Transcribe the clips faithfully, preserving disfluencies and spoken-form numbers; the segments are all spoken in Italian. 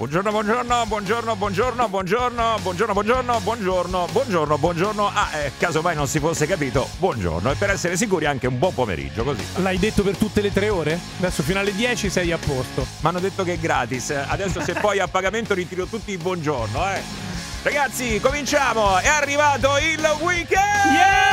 Buongiorno, buongiorno, buongiorno, buongiorno, buongiorno, buongiorno, buongiorno, buongiorno, buongiorno, buongiorno. Ah, eh, casomai non si fosse capito, buongiorno. E per essere sicuri anche un buon pomeriggio, così. L'hai detto per tutte le tre ore? Adesso fino alle dieci sei a posto. Mi hanno detto che è gratis. Adesso se poi a pagamento ritiro tutti i buongiorno, eh. Ragazzi, cominciamo. È arrivato il weekend!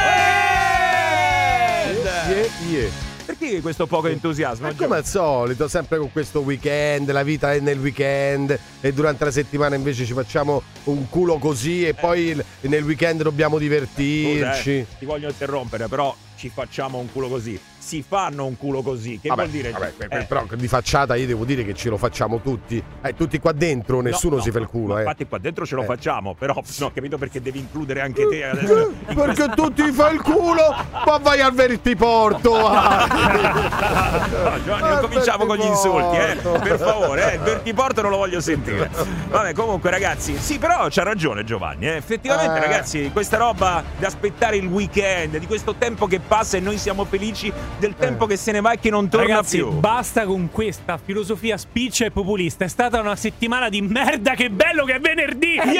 Yeah! Yeah, yeah. Perché questo poco entusiasmo? Ma come al solito, sempre con questo weekend, la vita è nel weekend e durante la settimana invece ci facciamo un culo così e eh. poi nel weekend dobbiamo divertirci. Scusa, eh, ti voglio interrompere, però ci facciamo un culo così. Si fanno un culo così. Che vabbè, vuol dire? Vabbè, eh. Però di facciata io devo dire che ce lo facciamo tutti. Eh, tutti qua dentro, nessuno no, no, si fa il culo. No, eh. Infatti qua dentro ce lo eh. facciamo, però non ho capito perché devi includere anche te adesso. Perché tu ti fai il culo, ma vai al vertiporto. No, Giovanni, non cominciamo con gli insulti, eh. Per favore, eh. Il vertiporto non lo voglio sentire. Vabbè, comunque ragazzi, sì, però c'ha ragione Giovanni, eh. Effettivamente eh. ragazzi, questa roba di aspettare il weekend, di questo tempo che passa e noi siamo felici del tempo eh. che se ne va e che non torna ragazzi, più. Basta con questa filosofia spiccia e populista. È stata una settimana di merda, che bello che è venerdì. Yeah!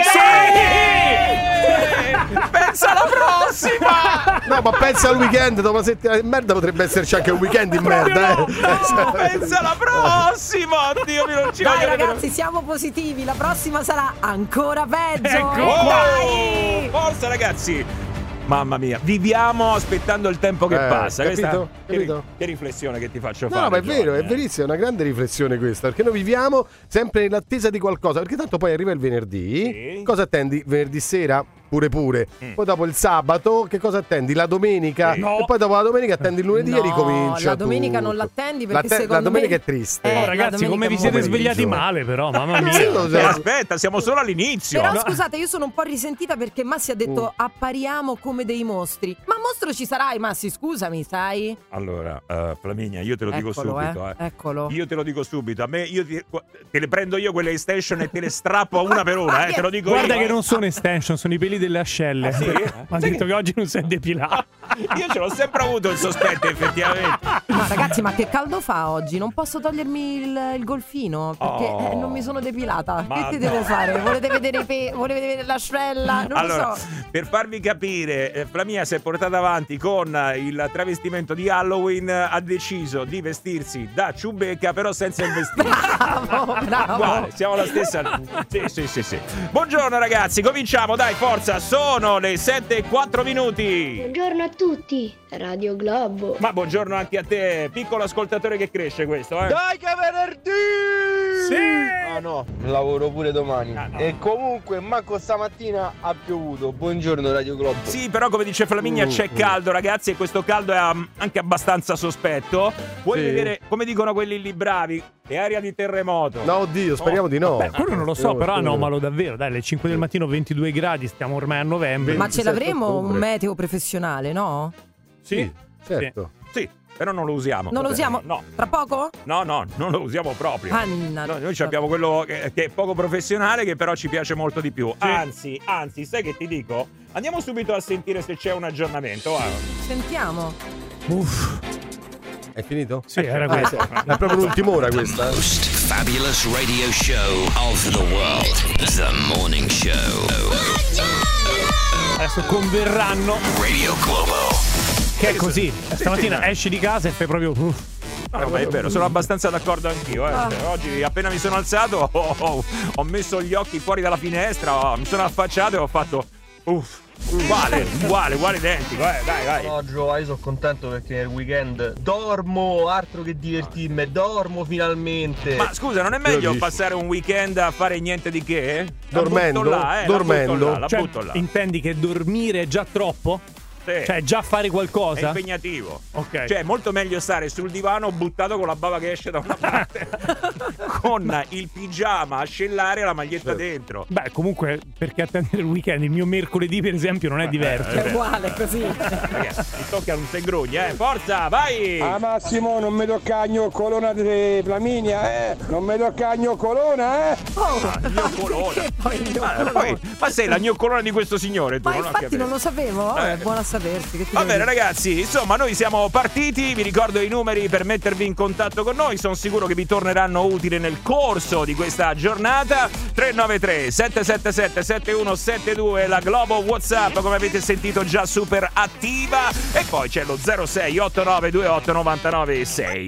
Yeah! Pensa alla prossima. No, ma pensa al weekend, dopo una settimana di merda potrebbe esserci anche un weekend in merda, no, eh. no, pensa alla prossima. Oddio, mi non ci Dai voglio ragazzi, vedere. siamo positivi, la prossima sarà ancora peggio. Ecco. Eh, dai! Forza ragazzi. Mamma mia, viviamo aspettando il tempo che Eh, passa. capito? Questa, Capito? Che, che riflessione che ti faccio No, fare. ma è vero, Giovanni, è verissimo, è una grande riflessione questa, perché noi viviamo sempre nell'attesa di qualcosa, perché tanto poi arriva il venerdì, Sì. cosa attendi? Venerdì sera? Pure pure. Mm. Poi dopo il sabato, che cosa attendi? La domenica? Sì. No. E poi dopo la domenica attendi il lunedì No, e ricomincia la domenica tutto. non l'attendi perché la te- secondo La domenica me- è triste. Eh, Oh, la ragazzi, domenica come vi è siete pomeriggio. svegliati male, però, mamma mia. Sì, lo so. Eh, aspetta, siamo solo all'inizio. Però No. scusate, io sono un po' risentita perché Massi ha detto Mm. appariamo come dei mostri. Ma mostro ci sarai, Massi, scusami, sai? Allora, uh, Flaminia, io te lo dico Eccolo, subito. eh. Eh. Eccolo. Io te lo dico subito. A me, io ti, te le prendo io quelle extension e te le strappo una per una. Eh, te lo dico Guarda io. che non sono extension, sono i peli delle ascelle. Ah, sì? Ma ha Sai detto che- che oggi non si è depilato. Io ce l'ho sempre avuto il sospetto, effettivamente. No, ragazzi, ma che caldo fa oggi? Non posso togliermi il, il golfino perché Oh. eh, non mi sono depilata. Ma che ti no. devo fare? Volete vedere i pe- volete vedere l'ascella? Non Allora, lo so. per farvi capire, eh, Flamia si è portata avanti con eh, il travestimento di Halloween, eh, ha deciso di vestirsi da ciubecca, però senza il vestito. Bravo, bravo. Uguale, siamo la stessa. Sì, sì, sì, sì. Buongiorno ragazzi, cominciamo, dai, forza, sono le sette e quattro minuti. Buongiorno a tutti, Radio Globo. Ma buongiorno anche a te, piccolo ascoltatore che cresce questo, eh. Dai che è venerdì! Sì! Ah no, lavoro pure domani. Ah, no. E comunque, manco stamattina ha piovuto. Buongiorno Radio Globo. Sì, però come dice Flaminia c'è caldo, ragazzi, e questo caldo è um, anche abbastanza sospetto. Vuoi Sì. vedere, come dicono quelli lì bravi, è aria di terremoto. No, oddio, speriamo di no. Beh, quello non lo so, Speriamo- però speriamo- anomalo davvero. Dai, alle cinque del mattino, ventidue gradi, stiamo ormai a novembre. Ma ce ventisette l'avremo un ottobre. meteo professionale, no? Sì, certo. Sì, però non lo usiamo. Non lo usiamo? No, Tra poco? no, no, non lo usiamo proprio. Anna. No, noi ci abbiamo quello che, che è poco professionale, che però ci piace molto di più. Anzi, anzi, sai che ti dico? Andiamo subito a sentire se c'è un aggiornamento. guarda. Sentiamo. Uff, È finito? sì, era questo. È proprio l'ultima ora questa. Most fabulous radio show of the world. The Morning Show. Adesso converranno Radio Globo. che è così. Stamattina sì, no. esci di casa e fai proprio uff. No, ma è vero, sono abbastanza d'accordo anch'io. Eh. Cioè, oggi, appena mi sono alzato, ho, ho- ho messo gli occhi fuori dalla finestra, ho- mi sono affacciato e ho fatto uff. Uguale, uguale, uguale identico, eh, dai, dai. No, Gio, io sono contento perché nel weekend dormo, altro che divertirmi, dormo finalmente. Ma scusa, non è meglio dici. passare un weekend a fare niente di che? La Dormendo? butto là, eh, Dormendo? La butto là, la Cioè, butto là. intendi che dormire è già troppo? Sì. Cioè, già fare È qualcosa? impegnativo. Ok. Cioè, è molto meglio stare sul divano buttato con la bava che esce da una parte, con il pigiama, ascellare e la maglietta dentro. Beh, comunque, perché attendere il weekend? Il mio mercoledì, per esempio, non è diverso. Eh, È uguale così. Ragazzi, mi tocca un sengrugni, eh. Forza, vai! Ah Massimo, non mi tocca la gnoccolona di Flaminia, eh? Non mi tocca la gnoccolona, eh? Oh, gnoccolona. perché poi il Ma, gnoccolona? poi, ma sei la gnoccolona di questo signore, tu Ma non ho infatti capito. non lo sapevo. Vabbè, Eh, buona Vabbè, sapersi. Che ti Va devo bene dire? ragazzi, insomma noi siamo partiti, vi ricordo i numeri per mettervi in contatto con noi, sono sicuro che vi torneranno utili nel corso di questa giornata. Tre nove tre sette sette sette sette uno sette due, la Globo WhatsApp come avete sentito già super attiva, e poi c'è lo zero sei otto nove due otto nove nove sei.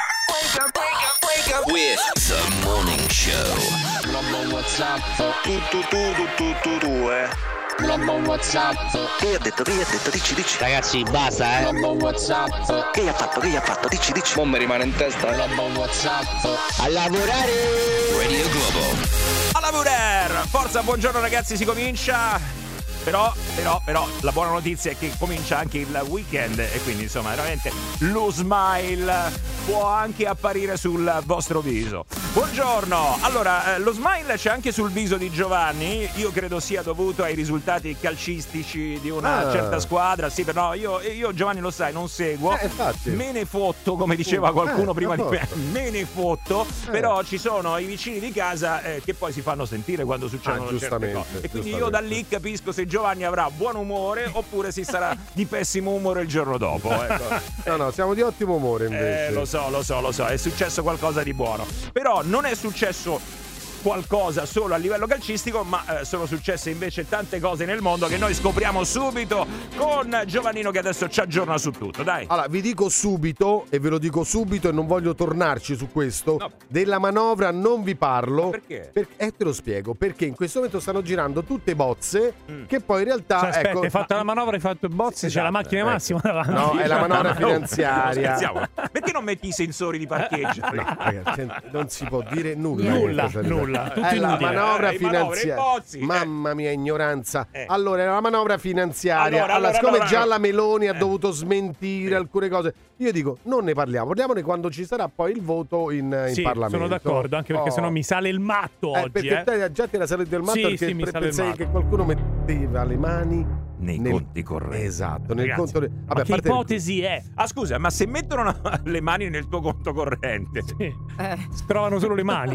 With the morning show. Globo WhatsApp, tu tu tu tu tu tu tu eh. Globo WhatsApp. Che ha detto? Che ha detto? Dici, dici. Ragazzi, basta, eh. Globo WhatsApp. Che ha fatto? Che ha fatto? Dici, dici. Non mi rimane in testa. Globo WhatsApp. A lavorare. Radio Globo. A lavorare! Forza, buongiorno ragazzi, si comincia. Però, però, però, la buona notizia è che comincia anche il weekend e quindi insomma veramente lo smile può anche apparire sul vostro viso. Buongiorno! Allora, eh, lo smile c'è anche sul viso di Giovanni, io credo sia dovuto ai risultati calcistici di una ah. certa squadra, sì, però io, io Giovanni lo sai, non seguo, eh, me ne fotto, come diceva qualcuno eh, prima di me, forza. me ne fotto, eh. però ci sono i vicini di casa eh, che poi si fanno sentire quando succedono ah, certe cose. E quindi io da lì capisco se Giovanni avrà buon umore oppure si sarà di pessimo umore il giorno dopo. Ecco. No, no, siamo di ottimo umore invece. Eh, lo so, lo so, lo so, è successo qualcosa di buono. Però non è successo qualcosa solo a livello calcistico, ma eh, sono successe invece tante cose nel mondo che noi scopriamo subito con Giovannino che adesso ci aggiorna su tutto, dai. Allora, vi dico subito, e ve lo dico subito e non voglio tornarci su questo, no. della manovra non vi parlo. Ma perché? Per, eh, te lo spiego, perché in questo momento stanno girando tutte bozze mm. che poi in realtà... Cioè, aspetta, ecco, hai fatto ma... la manovra, hai fatto bozze, esatto, c'è la macchina ecco. massima davanti. No, è la manovra No, finanziaria. scherziamo. Perché non metti i sensori di parcheggio? No, ragazzi, non si può dire nulla. Nulla, eh, nulla. È la inutile. manovra Eh, manovre, finanziaria. bozzi, eh. Mamma mia, ignoranza. Eh. Allora, la manovra finanziaria. Allora, Allora, allora, siccome allora, già allora. la Meloni ha Eh. dovuto smentire Sì. alcune cose, io dico, non ne parliamo. Parliamone quando ci sarà poi il voto in, in Sì, Parlamento. sono d'accordo, anche perché Oh. sennò mi sale il matto Eh, oggi. perché Eh. te già ti era salito il matto Sì, perché sì, mi pre- sale il pensavi matto. che qualcuno metteva le mani Nei nel- conti correnti. Esatto, nel Ragazzi, conto. ma Vabbè, a che parte- ipotesi è? Ah scusa, ma se mettono una- le mani nel tuo conto corrente, Sì. Eh. Si trovano solo le mani.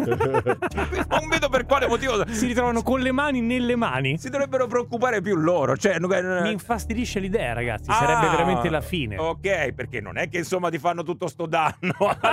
non vedo per quale motivo Si ritrovano con le mani nelle mani. si dovrebbero preoccupare più loro. Cioè, non- Mi infastidisce l'idea, ragazzi. Ah, Sarebbe veramente la fine. Ok, perché non è che insomma ti fanno tutto sto danno.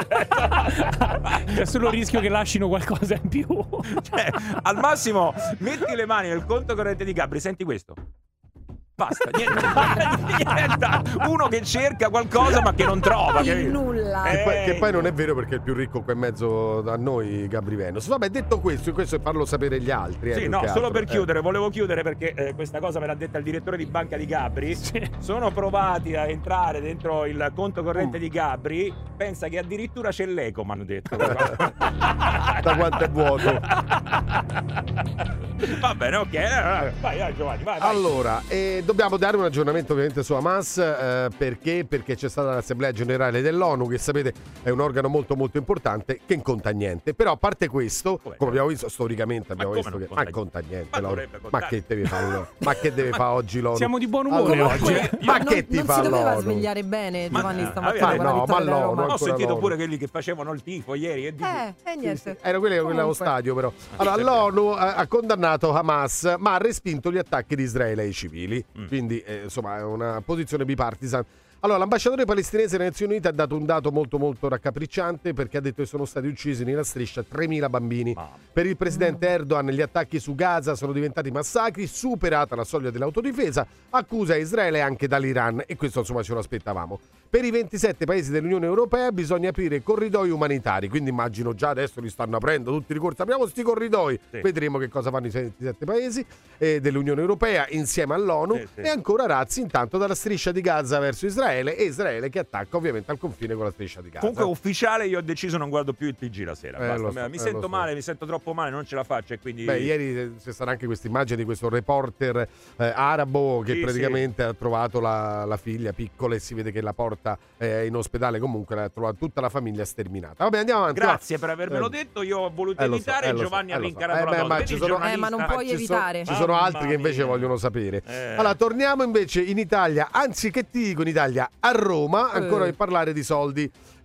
C'è solo il rischio che lasciano qualcosa in più. Cioè, al massimo metti le mani nel conto corrente di Gabri, senti questo. Basta, niente, niente. Uno che cerca qualcosa ma che non trova. Il capito? nulla. Che poi, Eh, che poi non è vero perché è il più ricco qua in mezzo a noi, Gabri Venus. Vabbè, detto questo, questo è farlo sapere gli altri. Eh, Sì, più no, che solo altro. per chiudere, volevo chiudere perché eh, questa cosa me l'ha detta il direttore di banca di Gabri. Sì. Sono provati a entrare dentro il conto corrente Mm. di Gabri. Pensa che addirittura c'è l'eco, mi hanno detto. Da quanto è vuoto. Va bene, ok. eh, Vai, vai, Giovanni, vai, vai. Allora, eh, dobbiamo dare un aggiornamento ovviamente su Hamas, eh, perché? Perché c'è stata l'Assemblea Generale dell'ONU, che sapete è un organo molto molto importante, che non conta niente. Però a parte questo, Come? come abbiamo visto storicamente, abbiamo come visto non che conta ma conta niente. Ma l'ONU. dovrebbe Ma contare. che deve fare l'ONU? Ma che deve fare oggi l'ONU? Siamo di buon umore Allora, oggi. que- Ma non, che ti non fa si doveva l'ONU? svegliare bene Giovanni Ma- stamattina avete- con la no, vittoria ma della l'ONU, Roma. Ho ancora sentito l'ONU. pure quelli che facevano il tifo ieri. E di Eh, e niente. Era quella, quella allo Comunque. stadio, però. Allora, l'ONU ha, ha condannato Hamas, ma ha respinto gli attacchi di Israele ai civili. Mm. Quindi, eh, insomma, è una posizione bipartisan. Allora, l'ambasciatore palestinese delle Nazioni Unite ha dato un dato molto molto raccapricciante, perché ha detto che sono stati uccisi nella striscia tremila bambini. Mamma. Per il presidente Erdogan gli attacchi su Gaza sono diventati massacri, superata la soglia dell'autodifesa, accusa Israele anche dall'Iran, e questo insomma ce lo aspettavamo. Per i ventisette paesi dell'Unione Europea bisogna aprire corridoi umanitari, quindi immagino già adesso li stanno aprendo tutti, ricorsi, apriamo sti corridoi, Sì. vedremo che cosa fanno i ventisette paesi eh, dell'Unione Europea insieme all'ONU. Sì, sì. E ancora razzi intanto dalla striscia di Gaza verso Israele, e Israele che attacca ovviamente al confine con la striscia di Gaza. Comunque ufficiale, io ho deciso non guardo più il T G la sera. Eh, Basta. lo so, mi eh, sento lo so. male, mi sento troppo male, non ce la faccio e quindi Beh, ieri eh, c'è stata anche questa immagine di questo reporter eh, arabo che Sì, praticamente ha trovato la, la figlia piccola, e si vede che la porta è in ospedale, comunque l'ha trovata tutta la famiglia sterminata. Vabbè, andiamo avanti. Grazie va. per avermelo Eh, detto, io ho voluto eh, lo so, evitare eh, e lo so, Giovanni eh, ha lo so. rincarato Eh, la beh, dose. ma Vedi ci il sono- Eh, ma non giornalista? puoi ci sono- evitare. Ci sono Mamma altri che invece mia. vogliono sapere. Eh. Allora, torniamo invece in Italia, anzi che ti dico in Italia, a Roma, ancora Eh. per parlare di soldi.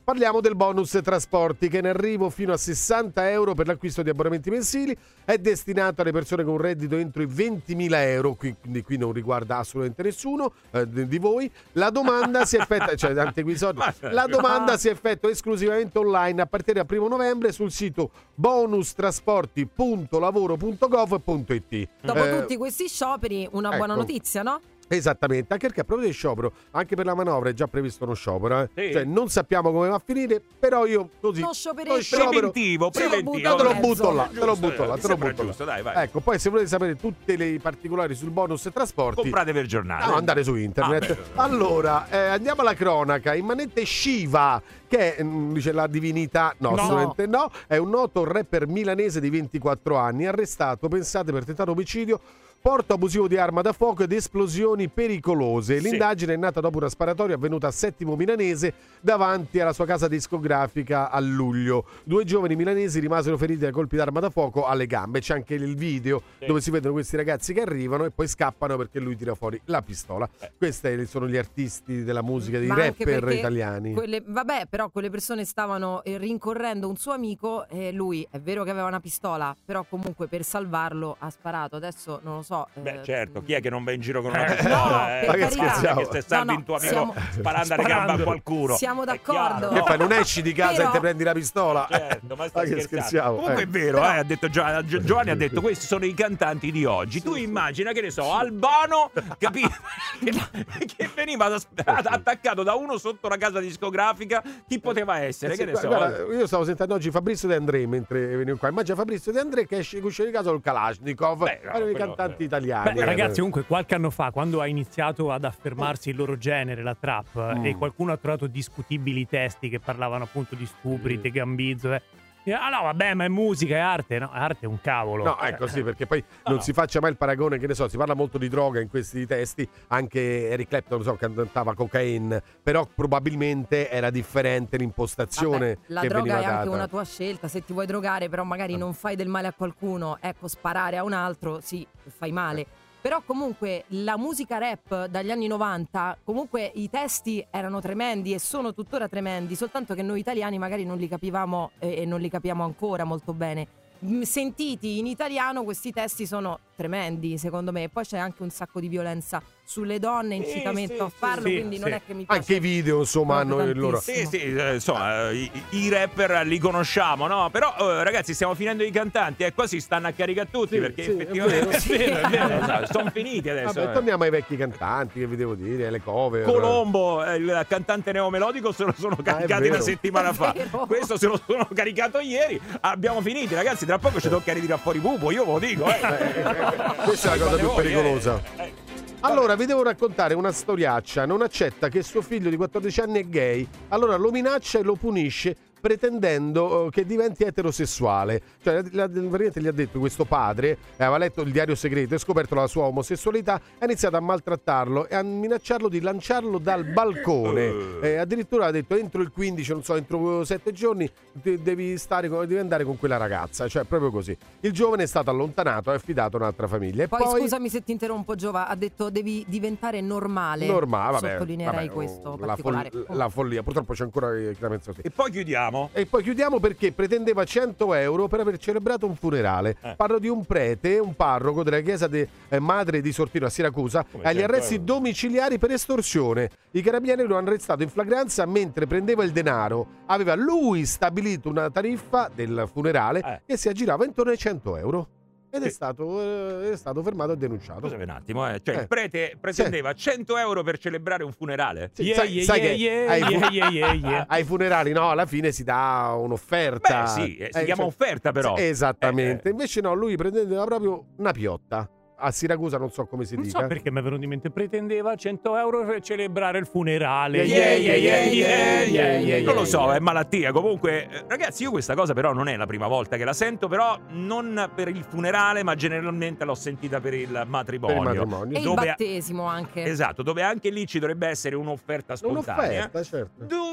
parliamo del bonus trasporti, che è in arrivo fino a sessanta euro per l'acquisto di abbonamenti mensili. È destinato alle persone con un reddito entro i ventimila euro, quindi qui non riguarda assolutamente nessuno eh, di voi. La domanda si effettua, cioè anche qui soldi, la domanda si effettua esclusivamente online a partire dal primo novembre sul sito bonustrasporti punto lavoro punto gov punto it. Dopo Eh, tutti questi scioperi, una buona ecco. notizia, no? Esattamente, anche perché a proposito di sciopero, anche per la manovra è già previsto uno sciopero, eh? Sì. Cioè non sappiamo come va a finire, però io così Non scioperetto. lo sciopero- Preventivo, Sì, preventivo. te lo mezzo. butto là, te lo Giusto, butto là, mi te lo sembra butto là. giusto, dai, vai. Ecco, poi se volete sapere tutte le particolari sul bonus e trasporti, Comprate per giornata. no, andare su internet. Ah, beh. Allora, eh, andiamo alla cronaca. Immanente Shiva, che è, mm, dice la divinità, no, No. assolutamente no, è un noto rapper milanese di ventiquattro anni, arrestato, pensate, per tentato omicidio, porto abusivo di arma da fuoco ed esplosioni pericolose. Sì. L'indagine è nata dopo una sparatoria avvenuta a Settimo Milanese davanti alla sua casa discografica a luglio. Due giovani milanesi rimasero feriti da colpi d'arma da fuoco alle gambe. C'è anche il video Sì. dove si vedono questi ragazzi che arrivano e poi scappano perché lui tira fuori la pistola. Eh. Questi sono gli artisti della musica, dei Ma anche rapper perché italiani. Quelle, vabbè, però quelle persone stavano eh, rincorrendo un suo amico e lui, è vero che aveva una pistola, però comunque per salvarlo ha sparato. Adesso non lo so. eh, Beh, certo, chi è che non va in giro con una No, pistola? eh? per Ma che carità. scherziamo? Che stai salvi No, no, il tuo amico siamo- sparando alle gambe a Sparando. qualcuno. Siamo È d'accordo. chiaro, Che no? fai? Non esci di casa Però- e ti prendi la pistola? Certo, ma stai che scherzando. scherziamo. Comunque eh. è vero, eh, ha detto Gio- Gio- Giovanni ha detto questi sono i cantanti di oggi. Tu immagina che ne so, Albano, capito? che, che veniva ad- ad- attaccato da uno sotto la casa discografica, chi poteva essere? Eh Che sì, ne so? guarda, io stavo sentendo oggi Fabrizio De André mentre venivo qua. Immagina Fabrizio De André che esce, uscì di casa col Kalashnikov. Beh, no, erano i quello- cantanti italiani. Beh, eh. ragazzi, comunque qualche anno fa, quando ha iniziato ad affermarsi il loro genere, la trap, Mm. e qualcuno ha trovato discutibili testi che parlavano appunto di stupri, di gambizzo, eh. E, ah no, vabbè, ma è musica, è arte. No, arte è un cavolo. No, ecco sì, perché poi non no. si faccia mai il paragone, che ne so, si parla molto di droga in questi testi, anche Eric Clapton, non so, cantava cocaine, però probabilmente era differente l'impostazione Vabbè, la che droga veniva è anche data. una tua scelta. Se ti vuoi drogare, però magari non fai del male a qualcuno, ecco, sparare a un altro, sì, fai male. Però comunque la musica rap dagli anni novanta, comunque i testi erano tremendi e sono tuttora tremendi, soltanto che noi italiani magari non li capivamo eh, e non li capiamo ancora molto bene. M- Sentiti in italiano questi testi sono tremendi secondo me, e poi c'è anche un sacco di violenza sulle donne, Sì, incitamento sì, a farlo, sì, quindi sì. non è che mi piace. Anche i video, insomma, hanno proprio il loro... tantissimo. Sì, sì, eh, insomma, i, i rapper li conosciamo, no? Però, eh, ragazzi, stiamo finendo i cantanti e qua si stanno a caricare tutti Sì, perché sì, è effettivamente vero. è vero, è vero, no, sono finiti adesso. Vabbè, eh. torniamo ai vecchi cantanti, che vi devo dire, le cover. Colombo, eh, il cantante neomelodico, se lo sono caricati vero. una settimana È fa. vero. Questo se lo sono caricato ieri. Abbiamo finiti, ragazzi. Tra poco ci tocca ritirare fuori Pupo. Io ve lo dico, eh. Questa è la cosa più Voi, pericolosa. eh, eh. Allora, vi devo raccontare una storiaccia. Non accetta che suo figlio di quattordici anni è gay. Allora lo minaccia e lo punisce pretendendo eh, che diventi eterosessuale. Cioè, la, la, praticamente gli ha detto questo padre, eh, aveva letto il diario segreto e scoperto la sua omosessualità, ha iniziato a maltrattarlo e a minacciarlo di lanciarlo dal balcone. Eh, addirittura ha detto entro il quindici, non so, entro sette giorni de- devi stare con- devi andare con quella ragazza, cioè proprio così. Il giovane è stato allontanato e affidato a un'altra famiglia. E Poi, poi, scusami se ti interrompo, Giova, ha detto devi diventare normale. normale, vabbè, Sottolineerei vabbè, questo la, particolare. fol- la follia, purtroppo c'è ancora eh, che la pensa così. E poi chiudiamo. E poi chiudiamo perché pretendeva cento euro per aver celebrato un funerale. Eh. Parlo di un prete, un parroco della chiesa de, eh, Madre di Sortino a Siracusa, Come agli cento arresti euro? domiciliari per estorsione. I carabinieri lo hanno arrestato in flagranza mentre prendeva il denaro. Aveva lui stabilito una tariffa del funerale Eh. che si aggirava intorno ai cento euro. Ed è Sì. stato, eh, è stato fermato e denunciato. Scusami un attimo, eh. Cioè, Eh. il prete pretendeva cento euro per celebrare un funerale. Sì, Yeah, sai, yeah, sai yeah, che yeah, ai, fu- yeah, yeah, yeah, yeah. ai funerali no, alla fine si dà un'offerta. Beh, sì, eh, si Eh, chiama cioè- offerta però. Sì, esattamente. Eh, eh. Invece no, lui prendeva proprio una piotta. A Siracusa non so come si Non dica. so perché mi è venuto in mente, pretendeva cento euro per celebrare il funerale. Yeah, yeah, yeah, yeah, yeah, yeah, Non lo so, è malattia. Comunque, eh, ragazzi, io questa cosa però non è la prima volta che la sento, però non per il funerale, ma generalmente l'ho sentita per il matrimonio. Per il matrimonio. E il Dove- battesimo anche. Esatto, dove anche lì ci dovrebbe essere un'offerta spontanea. Un'offerta, certo. Du-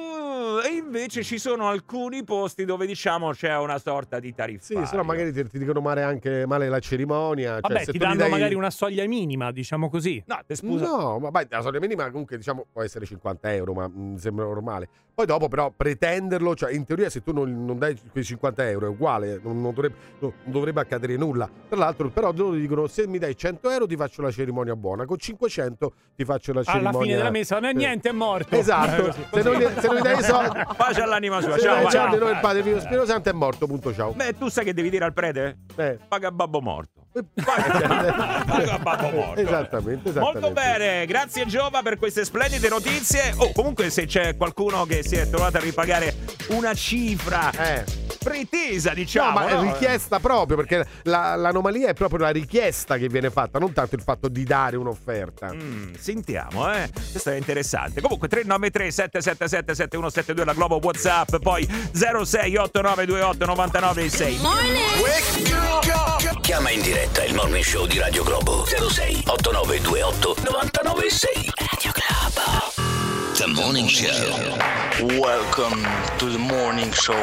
Uh, e invece ci sono alcuni posti dove diciamo c'è una sorta di tariffario. Sì, se no magari ti, ti dicono male anche male la cerimonia. Vabbè, cioè, se ti tu gli danno dai... magari una soglia minima, diciamo così. No, te scusa. No, ma vai, la soglia minima comunque diciamo può essere cinquanta euro, ma mi sembra normale. Poi dopo però pretenderlo, cioè in teoria se tu non, non dai quei cinquanta euro è uguale, non, non, dovrebbe, non dovrebbe accadere nulla. Tra l'altro però loro dicono se mi dai cento euro ti faccio la cerimonia buona, con cinquecento ti faccio la cerimonia. Alla fine della messa, non è niente, è morto. Esatto, se non, gli, se non gli dai i soldi... Pace all'anima sua, se ciao. non ciao. Noi il padre Pio Spirito Santo è morto, punto, ciao. Beh, tu sai che devi dire al prete? Eh. Paga babbo morto. Paga, Paga babbo morto. Esattamente, esattamente. Molto bene, grazie Giova per queste splendide notizie. Oh, comunque se c'è qualcuno che si è trovato a ripagare una cifra eh. pretesa, diciamo. No, ma no? è richiesta proprio, perché la, l'anomalia è proprio la richiesta che viene fatta, non tanto il fatto di dare un'offerta. Mm, sentiamo, eh. Questo è interessante. Comunque tre nove tre sette sette sette sette uno sette due la Globo WhatsApp, poi zero sei otto nove due otto nove nove sei. Chiama in diretta il Morning Show di Radio Globo zero sei otto nove due otto nove nove sei. Radio Globo. The Morning Show. Welcome to the Morning Show.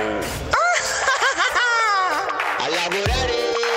A lavorare.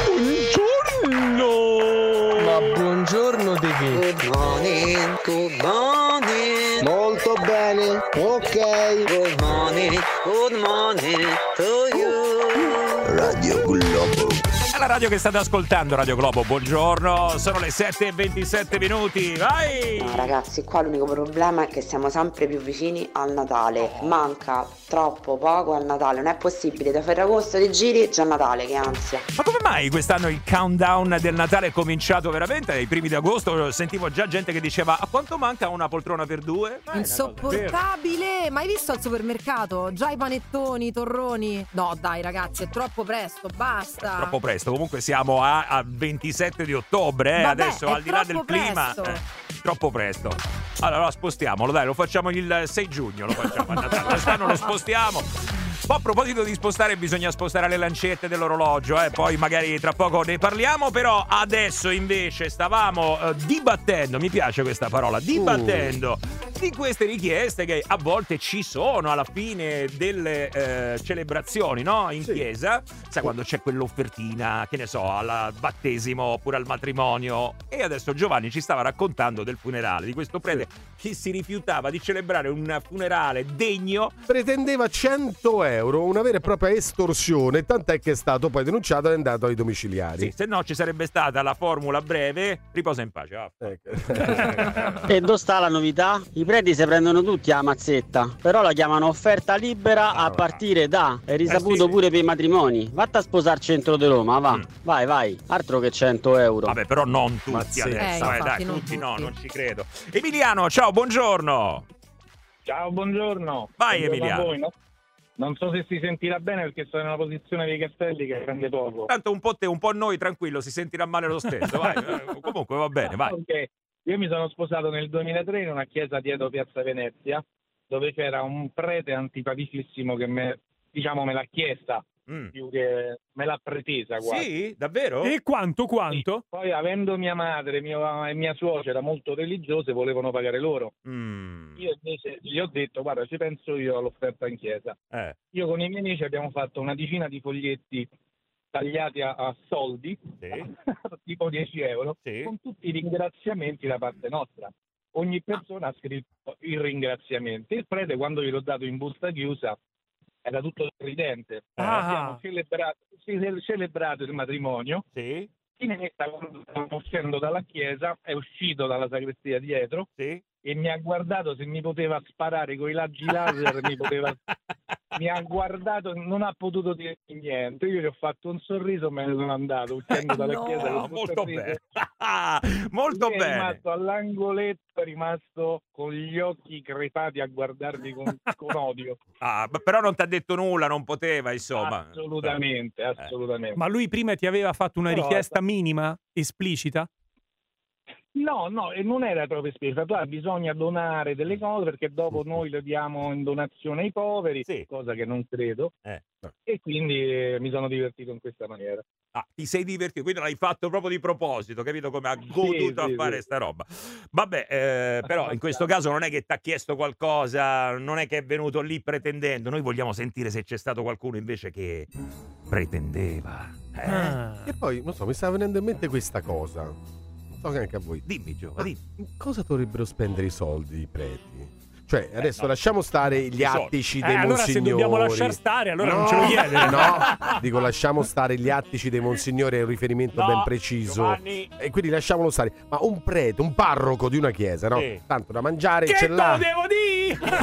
Buongiorno. Ma buongiorno di che? Good morning, good morning. Molto bene, ok. Good morning, good morning to you. Radio Globo. È la radio che state ascoltando, Radio Globo, buongiorno, sono le sette e ventisette minuti, vai! No, ragazzi, qua l'unico problema è che siamo sempre più vicini al Natale, manca troppo poco al Natale, non è possibile, da Ferragosto di giri già Natale, che ansia. Ma come mai quest'anno il countdown del Natale è cominciato veramente ai primi di agosto? Sentivo già gente che diceva, a quanto manca una poltrona per due? Ma insopportabile, ma hai visto al supermercato? Già i panettoni, i torroni? No dai ragazzi, è troppo presto, basta. Troppo presto. Comunque siamo a, a ventisette di ottobre, eh? Vabbè, adesso al di là del clima, eh, troppo presto. Allora spostiamolo, dai, lo facciamo il sei giugno, lo facciamo a Natale. Quest'anno lo spostiamo. Poi a proposito di spostare, bisogna spostare le lancette dell'orologio, eh? Poi magari tra poco ne parliamo, però adesso invece stavamo uh, dibattendo, mi piace questa parola, dibattendo uh. di queste richieste che a volte ci sono alla fine delle eh, celebrazioni, no? In sì. chiesa, sai quando c'è quell'offertina, che ne so, al battesimo oppure al matrimonio. E adesso Giovanni ci stava raccontando del funerale di questo prete sì. che si rifiutava di celebrare un funerale degno. Pretendeva cento euro, una vera e propria estorsione, tant'è che è stato poi denunciato e è andato ai domiciliari. Sì, se no ci sarebbe stata la formula breve, riposa in pace. Oh. Ecco. E dove sta la novità? I preti si prendono tutti alla mazzetta, però la chiamano offerta libera a partire da, è risaputo eh sì. pure per i matrimoni. Vatta a sposare al centro di Roma, va, mm. vai vai, altro che cento euro. Vabbè, però non tutti Mazzetta. adesso, eh, eh, dai, non tutti, tutti no, non ci credo. Emiliano, ciao, buongiorno. Ciao, buongiorno. Vai buongiorno Emiliano. A voi, no? Non so se si sentirà bene perché sto in una posizione dei castelli che prende poco. Tanto un po' te, un po' noi, tranquillo, si sentirà male lo stesso. Vai, comunque va bene, vai. Okay. Io mi sono sposato nel duemilatré in una chiesa dietro Piazza Venezia, dove c'era un prete antipaticissimo che me, diciamo, me l'ha chiesta, mm. più che me l'ha pretesa quasi. Sì, davvero? E quanto, quanto? Sì. Poi avendo mia madre mio, e mia suocera molto religiose, volevano pagare loro. Mm. Io invece gli ho detto, guarda, ci penso io all'offerta in chiesa. Eh. Io con i miei amici abbiamo fatto una decina di foglietti tagliati a, a soldi, sì. tipo dieci euro, sì. con tutti i ringraziamenti da parte nostra. Ogni persona ha scritto i ringraziamenti. Il prete, quando gliel'ho dato in busta chiusa, era tutto sorridente. Ah. Abbiamo celebrato, celebrato il matrimonio. Sì. Finetta, quando stavamo uscendo dalla chiesa, è uscito dalla sagrestia dietro sì. e mi ha guardato se mi poteva sparare con i raggi laser, mi poteva... mi ha guardato, non ha potuto dire niente. Io gli ho fatto un sorriso e me ne sono andato uscendo dalla no, chiesa. Molto bene, molto è bene. È rimasto all'angoletto, è rimasto con gli occhi crepati a guardarmi con, con odio. Ah, però non ti ha detto nulla, non poteva, insomma. Assolutamente, assolutamente. Ma lui prima ti aveva fatto una però, richiesta minima, esplicita? No, no, e non era proprio spesa, tu bisogna donare delle cose perché dopo noi le diamo in donazione ai poveri, sì. Cosa che non credo, eh. E quindi eh, mi sono divertito in questa maniera. Ah, ti sei divertito, quindi l'hai fatto proprio di proposito, capito come ha goduto sì, a sì, fare sì. sta roba. Vabbè, eh, però in questo caso non è che ti ha chiesto qualcosa, non è che è venuto lì pretendendo, noi vogliamo sentire se c'è stato qualcuno invece che pretendeva. Eh? Ah. E poi, non so, mi stava venendo in mente questa cosa. Non so neanche a voi. Dimmi, Giova, dimmi. In cosa dovrebbero spendere i soldi i preti? Cioè, adesso no. lasciamo stare gli attici dei eh, allora monsignori. se dobbiamo lasciar stare, allora no, non ce lo chiedere. No, dico lasciamo stare gli attici dei monsignori, è un riferimento no, ben preciso. Giovanni. E quindi lasciamolo stare. Ma un prete, un parroco di una chiesa, no? Sì. Tanto da mangiare che ce l'ha. Che devo dire?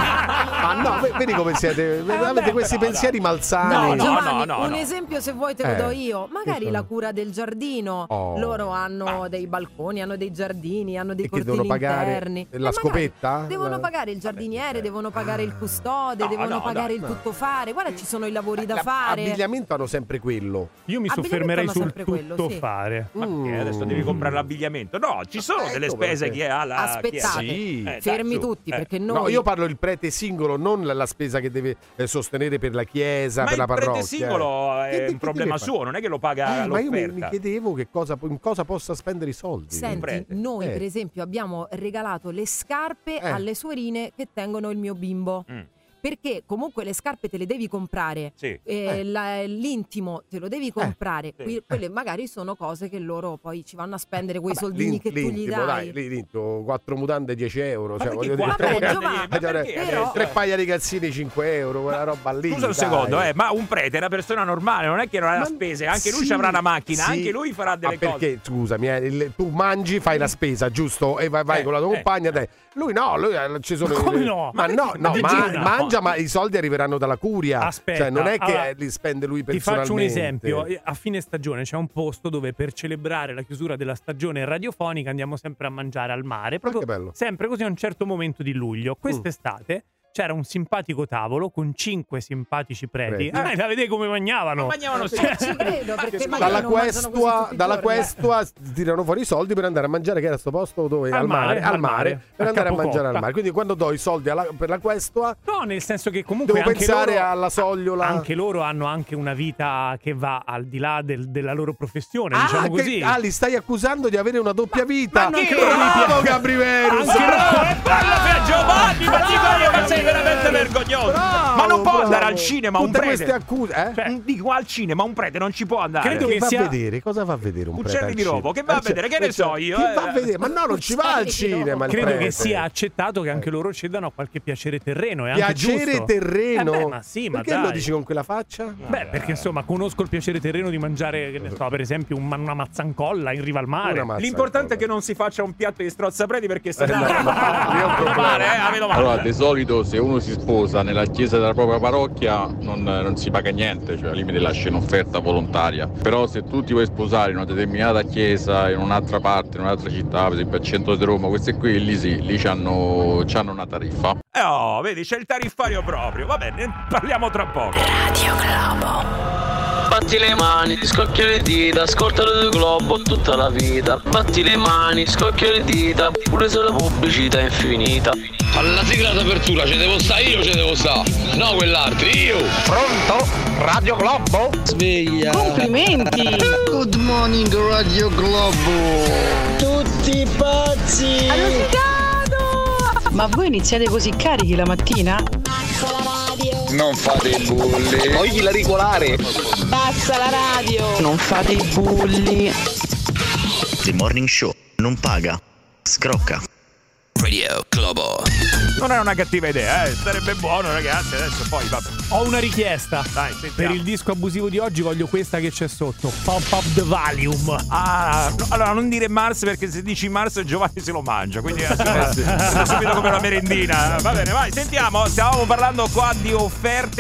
Ma no, vedi come siete, eh, avete vabbè, questi però, pensieri dai. malsani. No, no, Giovanni, no, no, un no. esempio se vuoi te lo Eh. do io. Magari Che la cosa? cura del giardino. Oh. Loro hanno dei balconi, hanno dei giardini, hanno dei E che cortili devono pagare interni. la E magari scopetta? Devono La- pagare il giardiniere, devono pagare il custode, No, devono no, pagare no, il no. tuttofare. Guarda, ci sono i lavori da La- fare. Abbigliamento hanno sempre quello. Io mi Abbigliamento soffermerei hanno sul sempre quello, tutto sì. fare. Ma che adesso Mm. devi comprare l'abbigliamento? No, ci sono ecco delle spese perché. che ha la Aspettate, chiesa. Sì. Eh, fermi dai, su. tutti, Eh. perché noi No, io parlo il prete singolo, non la, la spesa che deve eh, sostenere per la chiesa, Ma per il la parrocchia. prete singolo eh. è Che- un che problema deve suo, fare? non è che lo paga Eh, ma io mi, l'offerta. mi chiedevo che cosa, in cosa possa spendere i soldi. Senti, prete. noi Eh. per esempio abbiamo regalato le scarpe Eh. alle suorine che tengono il mio bimbo. Mm. Perché comunque le scarpe te le devi comprare, Sì. eh, la- l'intimo te lo devi comprare, sì. Que- quelle magari sono cose che loro poi ci vanno a spendere quei Vabbè, soldini l'in- che tu gli l'intimo, dai. dai, l'intimo, quattro mutande dieci euro. Ma Cioè, perché voglio dire, quattro Vabbè, tre, Giovanni, Ma perché? però- tre paia di calzini cinque euro, quella roba lì. Scusa un dai. secondo, eh, ma un prete è una persona normale, non è che non ha Ma- spese, anche lui sì, ci avrà una macchina, sì. anche lui farà delle Ma perché, cose. scusami, eh, il- tu mangi, fai la spesa, giusto? E vai, vai Eh, con la tua eh, compagna, eh. dai. Lui no, lui eh, ci sono. Ma come le- no? Ma Ma no, no, di ma- giro, no. mangia, ma i soldi arriveranno dalla curia. Aspetta, Cioè, non è che allora, li spende lui Ti personalmente. faccio un esempio. A fine stagione c'è un posto dove per celebrare la chiusura della stagione radiofonica andiamo sempre a mangiare al mare. Proprio che bello. sempre così a un certo momento di luglio. Quest'estate c'era un simpatico tavolo con cinque simpatici preti. Preti. Eh, la vedete come mangiavano? Mangiavano sì. Eh, ci credo, perché magari Dalla non mangiano così questua, tutti i dalla giorni, eh. questua tirano fuori i soldi per andare a mangiare, che era sto posto dove? Al Al mare, mare, al al mare, mare, per a andare a Capocoppa. mangiare al mare. Quindi quando do i soldi alla- per la questua, No, nel senso che comunque devo anche pensare loro, alla sogliola. anche loro hanno anche una vita che va al di là del- della loro professione, Ah, diciamo che- così. ah, li stai accusando di avere una doppia vita. ma che- Bravo Gabriverus! Anche Bravo, è bello per Giovanni, ma dico io che sei veramente vergognoso. Bravo, ma non può bravo. andare al cinema un Tutte prete. queste accuse, eh? Cioè, Mm, Dico al cinema un prete non ci può andare. Credo Che che va sia- a vedere? Cosa va a vedere un prete? Uccelli al di rovo, cinema? che va a Eh, cioè, vedere? Che ne eh, so io, Chi eh. va a vedere? Ma no, non ci va al Uccelli di rovo. cinema il Credo prete. che sia accettato che anche loro cedano a qualche piacere terreno. È anche Piacere giusto. terreno? Eh beh, ma sì, ma Perché dai. lo dici con quella faccia? Beh, perché insomma conosco il piacere terreno di mangiare, che ne so, per esempio un- una mazzancolla in riva al mare. Una mazza- L'importante è che non si faccia un piatto di strozzapreti perché se Eh, no no, no, vedo male, eh, la vedo male. Allora, di solito se uno si sposa nella chiesa della propria parrocchia non, non si paga niente, cioè al limite lascia in offerta volontaria. Però se tu ti vuoi sposare in una determinata chiesa, in un'altra parte, in un'altra città, per esempio al centro di Roma, questi qui lì sì, lì c'hanno, c'hanno una tariffa. Eh, oh, vedi, c'è il tariffario proprio. Va bene, ne parliamo tra poco. Radio Globo. Batti le mani, scocchia le dita, ascolta Radio Globo tutta la vita. Batti le mani, scocchia le dita, pure se la pubblicità è infinita. Alla sigla d'apertura ci devo stare io, ci devo stare, no quell'altro, io. Pronto? Radio Globo? Sveglia. Complimenti! Good morning Radio Globo. Tutti pazzi! Ma voi iniziate così carichi la mattina? Non fate i bulli. Voglio la regolare! Basta la radio! Non fate i bulli! The Morning Show non paga, scrocca. Radio Globo. Non è una cattiva idea, eh. Sarebbe buono, ragazzi. Adesso poi vabbè. Ho una richiesta. Dai, Per sentiamo. il disco abusivo di oggi voglio questa che c'è sotto. Pump up the volume. Ah, no, allora non dire Mars perché se dici Mars Giovanni se lo mangia, quindi eh, subito come una merendina. Va bene, vai, sentiamo. Stavamo parlando qua di offerte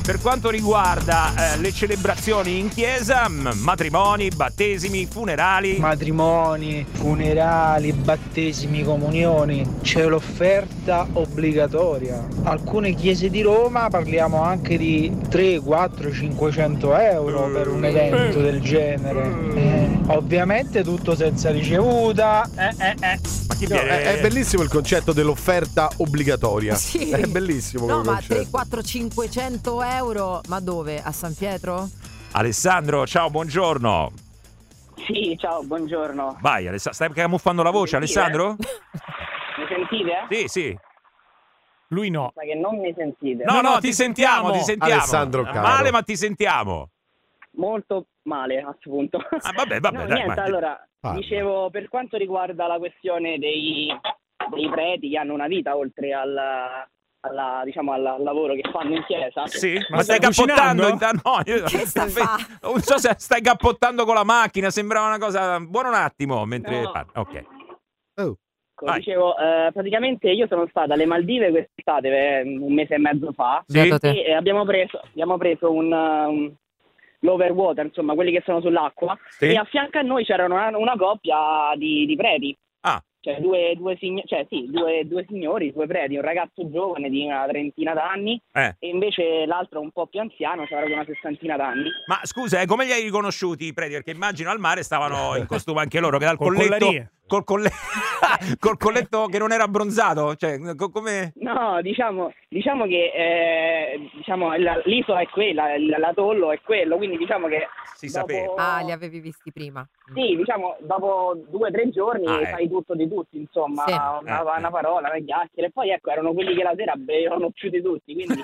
per quanto riguarda eh, le celebrazioni in chiesa, m- matrimoni, battesimi, funerali. Matrimoni, funerali, battesimi, comunioni, c'è l'offerta obbligatoria. Alcune chiese di Roma parliamo anche di tre, quattro, cinquecento euro per un evento del genere. Eh, ovviamente tutto senza ricevuta. Eh, eh, eh. Ma chi No, viene? è, è bellissimo il concetto dell'offerta obbligatoria. Sì. È bellissimo No, come ma concetto. tre, quattro, cinquecento euro, ma dove? A San Pietro? Alessandro, ciao, buongiorno. Sì, ciao, buongiorno. Vai, Aless- stai camuffando la voce, Mi sentite? Alessandro? Mi sentite? Sì, sì. Lui no. Ma che non mi sentite. No, no, ti sentiamo, ti sentiamo. Alessandro caro. Male, ma ti sentiamo. Molto male, a questo punto. Ah, vabbè, vabbè, No, dai, niente, ma- allora, Parla. dicevo, per quanto riguarda la questione dei, dei preti che hanno una vita oltre al, alla, diciamo, al lavoro che fanno in chiesa. Sì, ma, Ma stai stai cappottando? cucinando? intanto? No, io- Che sta a fa? non so se stai cappottando con la macchina, sembrava una cosa. Buono un attimo mentre No. parli. Ok. Oh. Come Vai. dicevo, eh, praticamente io sono stata alle Maldive quest'estate, eh, un mese e mezzo fa, Sì? Beato te. e eh, abbiamo preso, abbiamo preso un, um, l'overwater, insomma, quelli che sono sull'acqua, Sì? e a fianco a noi c'era una, una coppia di, di preti. Ah. Cioè due, due, sign- cioè, sì, due, due signori, due preti, un ragazzo giovane di una trentina d'anni Eh. e invece l'altro un po' più anziano, cioè una sessantina d'anni. Ma scusa, eh, come li hai riconosciuti i preti? Perché immagino al mare stavano in costume anche loro, che dal Col colletto. collarie. Col, colle- col colletto che non era abbronzato. Cioè, co- come. No, diciamo, diciamo che eh, diciamo, la- l'isola è quella, l- l'atollo è quello, quindi diciamo che Si dopo- sapeva. Ah, li avevi visti prima. Sì, diciamo, dopo due o tre giorni Ah, sai tutto di tutti, insomma, Sì. una, Eh, una parola, una chiacchiera, e poi ecco, erano quelli che la sera bevevano più di tutti, quindi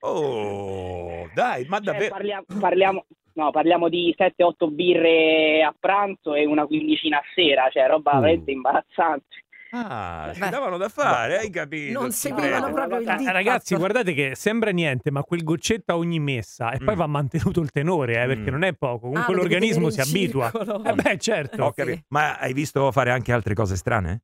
Oh, dai, ma cioè, davvero. parliamo, parliamo, no, parliamo di sette otto birre a pranzo e una quindicina a sera, cioè roba Mm. veramente imbarazzante. Ah, si Beh. davano da fare, hai capito? Non sti seguivano preti. proprio il Eh, diktat. ragazzi, guardate che sembra niente, ma quel goccetto a ogni messa e poi Mm. va mantenuto il tenore, eh, perché Mm. non è poco. Comunque Ah, lo devi l'organismo si tenere in abitua. circolo. Eh beh, certo. Ho capito. Ma hai visto fare anche altre cose strane?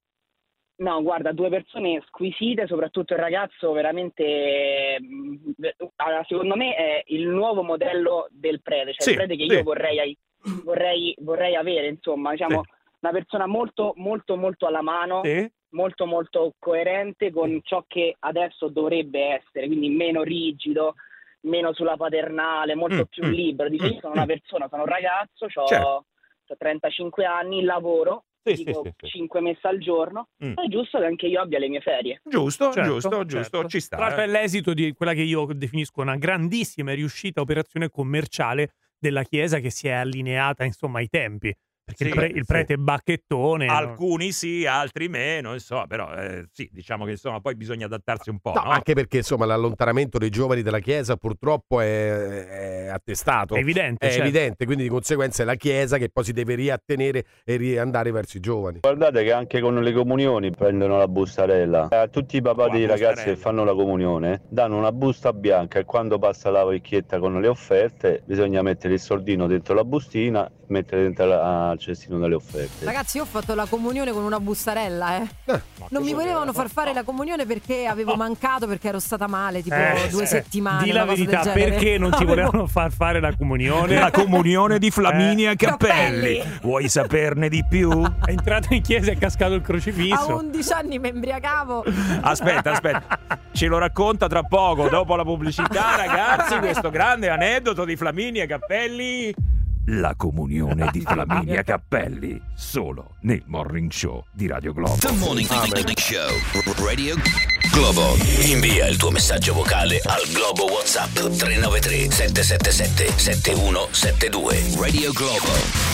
No, guarda, due persone squisite, soprattutto il ragazzo veramente, mh, allora, secondo me è il nuovo modello del prete, cioè Sì, il prete che sì. io vorrei, vorrei, vorrei avere, insomma, diciamo, Sì. una persona molto, molto, molto alla mano, Sì. molto, molto coerente con ciò che adesso dovrebbe essere, quindi meno rigido, meno sulla paternale, molto Mm, più mm, libero. Dice, mm, io sono una persona, sono un ragazzo, ho Certo. trentacinque anni, lavoro, Sì, sì, dico sì, sì. cinque messe al giorno, Mm. è giusto che anche io abbia le mie ferie. Giusto, Certo, giusto, giusto, certo. ci sta. Tra l'altro eh. è l'esito di quella che io definisco una grandissima e riuscita operazione commerciale della Chiesa che si è allineata, insomma, ai tempi. Perché Sì, il, pre- il sì. prete bacchettone... no? Alcuni sì, altri meno, insomma, però eh, sì, diciamo che insomma poi bisogna adattarsi un po', No, no? anche perché insomma l'allontanamento dei giovani dalla Chiesa purtroppo è, è attestato. È evidente, È certo. evidente, quindi di conseguenza è la Chiesa che poi si deve riattenere e riandare verso i giovani. Guardate che anche con le comunioni prendono la bustarella. A tutti i papà La dei ragazzi bustarella. che fanno la comunione danno una busta bianca e quando passa la vecchietta con le offerte bisogna mettere il soldino dentro la bustina, mettere dentro la- al cestino delle offerte. Ragazzi, io ho fatto la comunione con una bustarella, eh. Non mi volevano far fare la comunione perché avevo mancato, perché ero stata male, tipo Eh, due eh, settimane. Di la una cosa del verità, genere. perché non ti Avevo- volevano far fare la comunione? La comunione di Flaminia Eh. Cappelli. Cappelli. Vuoi saperne di più? È entrato in chiesa e è cascato il A crocifisso. undici anni mi embriagavo. Aspetta, aspetta. Ce lo racconta tra poco, dopo la pubblicità, ragazzi, questo grande aneddoto di Flaminia Cappelli. La comunione di Flaminia Cappelli, solo nel Morning Show di Radio Globo. The Morning Show Radio Globo. Invia il tuo messaggio vocale al Globo WhatsApp tre nove tre sette sette sette sette uno sette due. Radio Globo.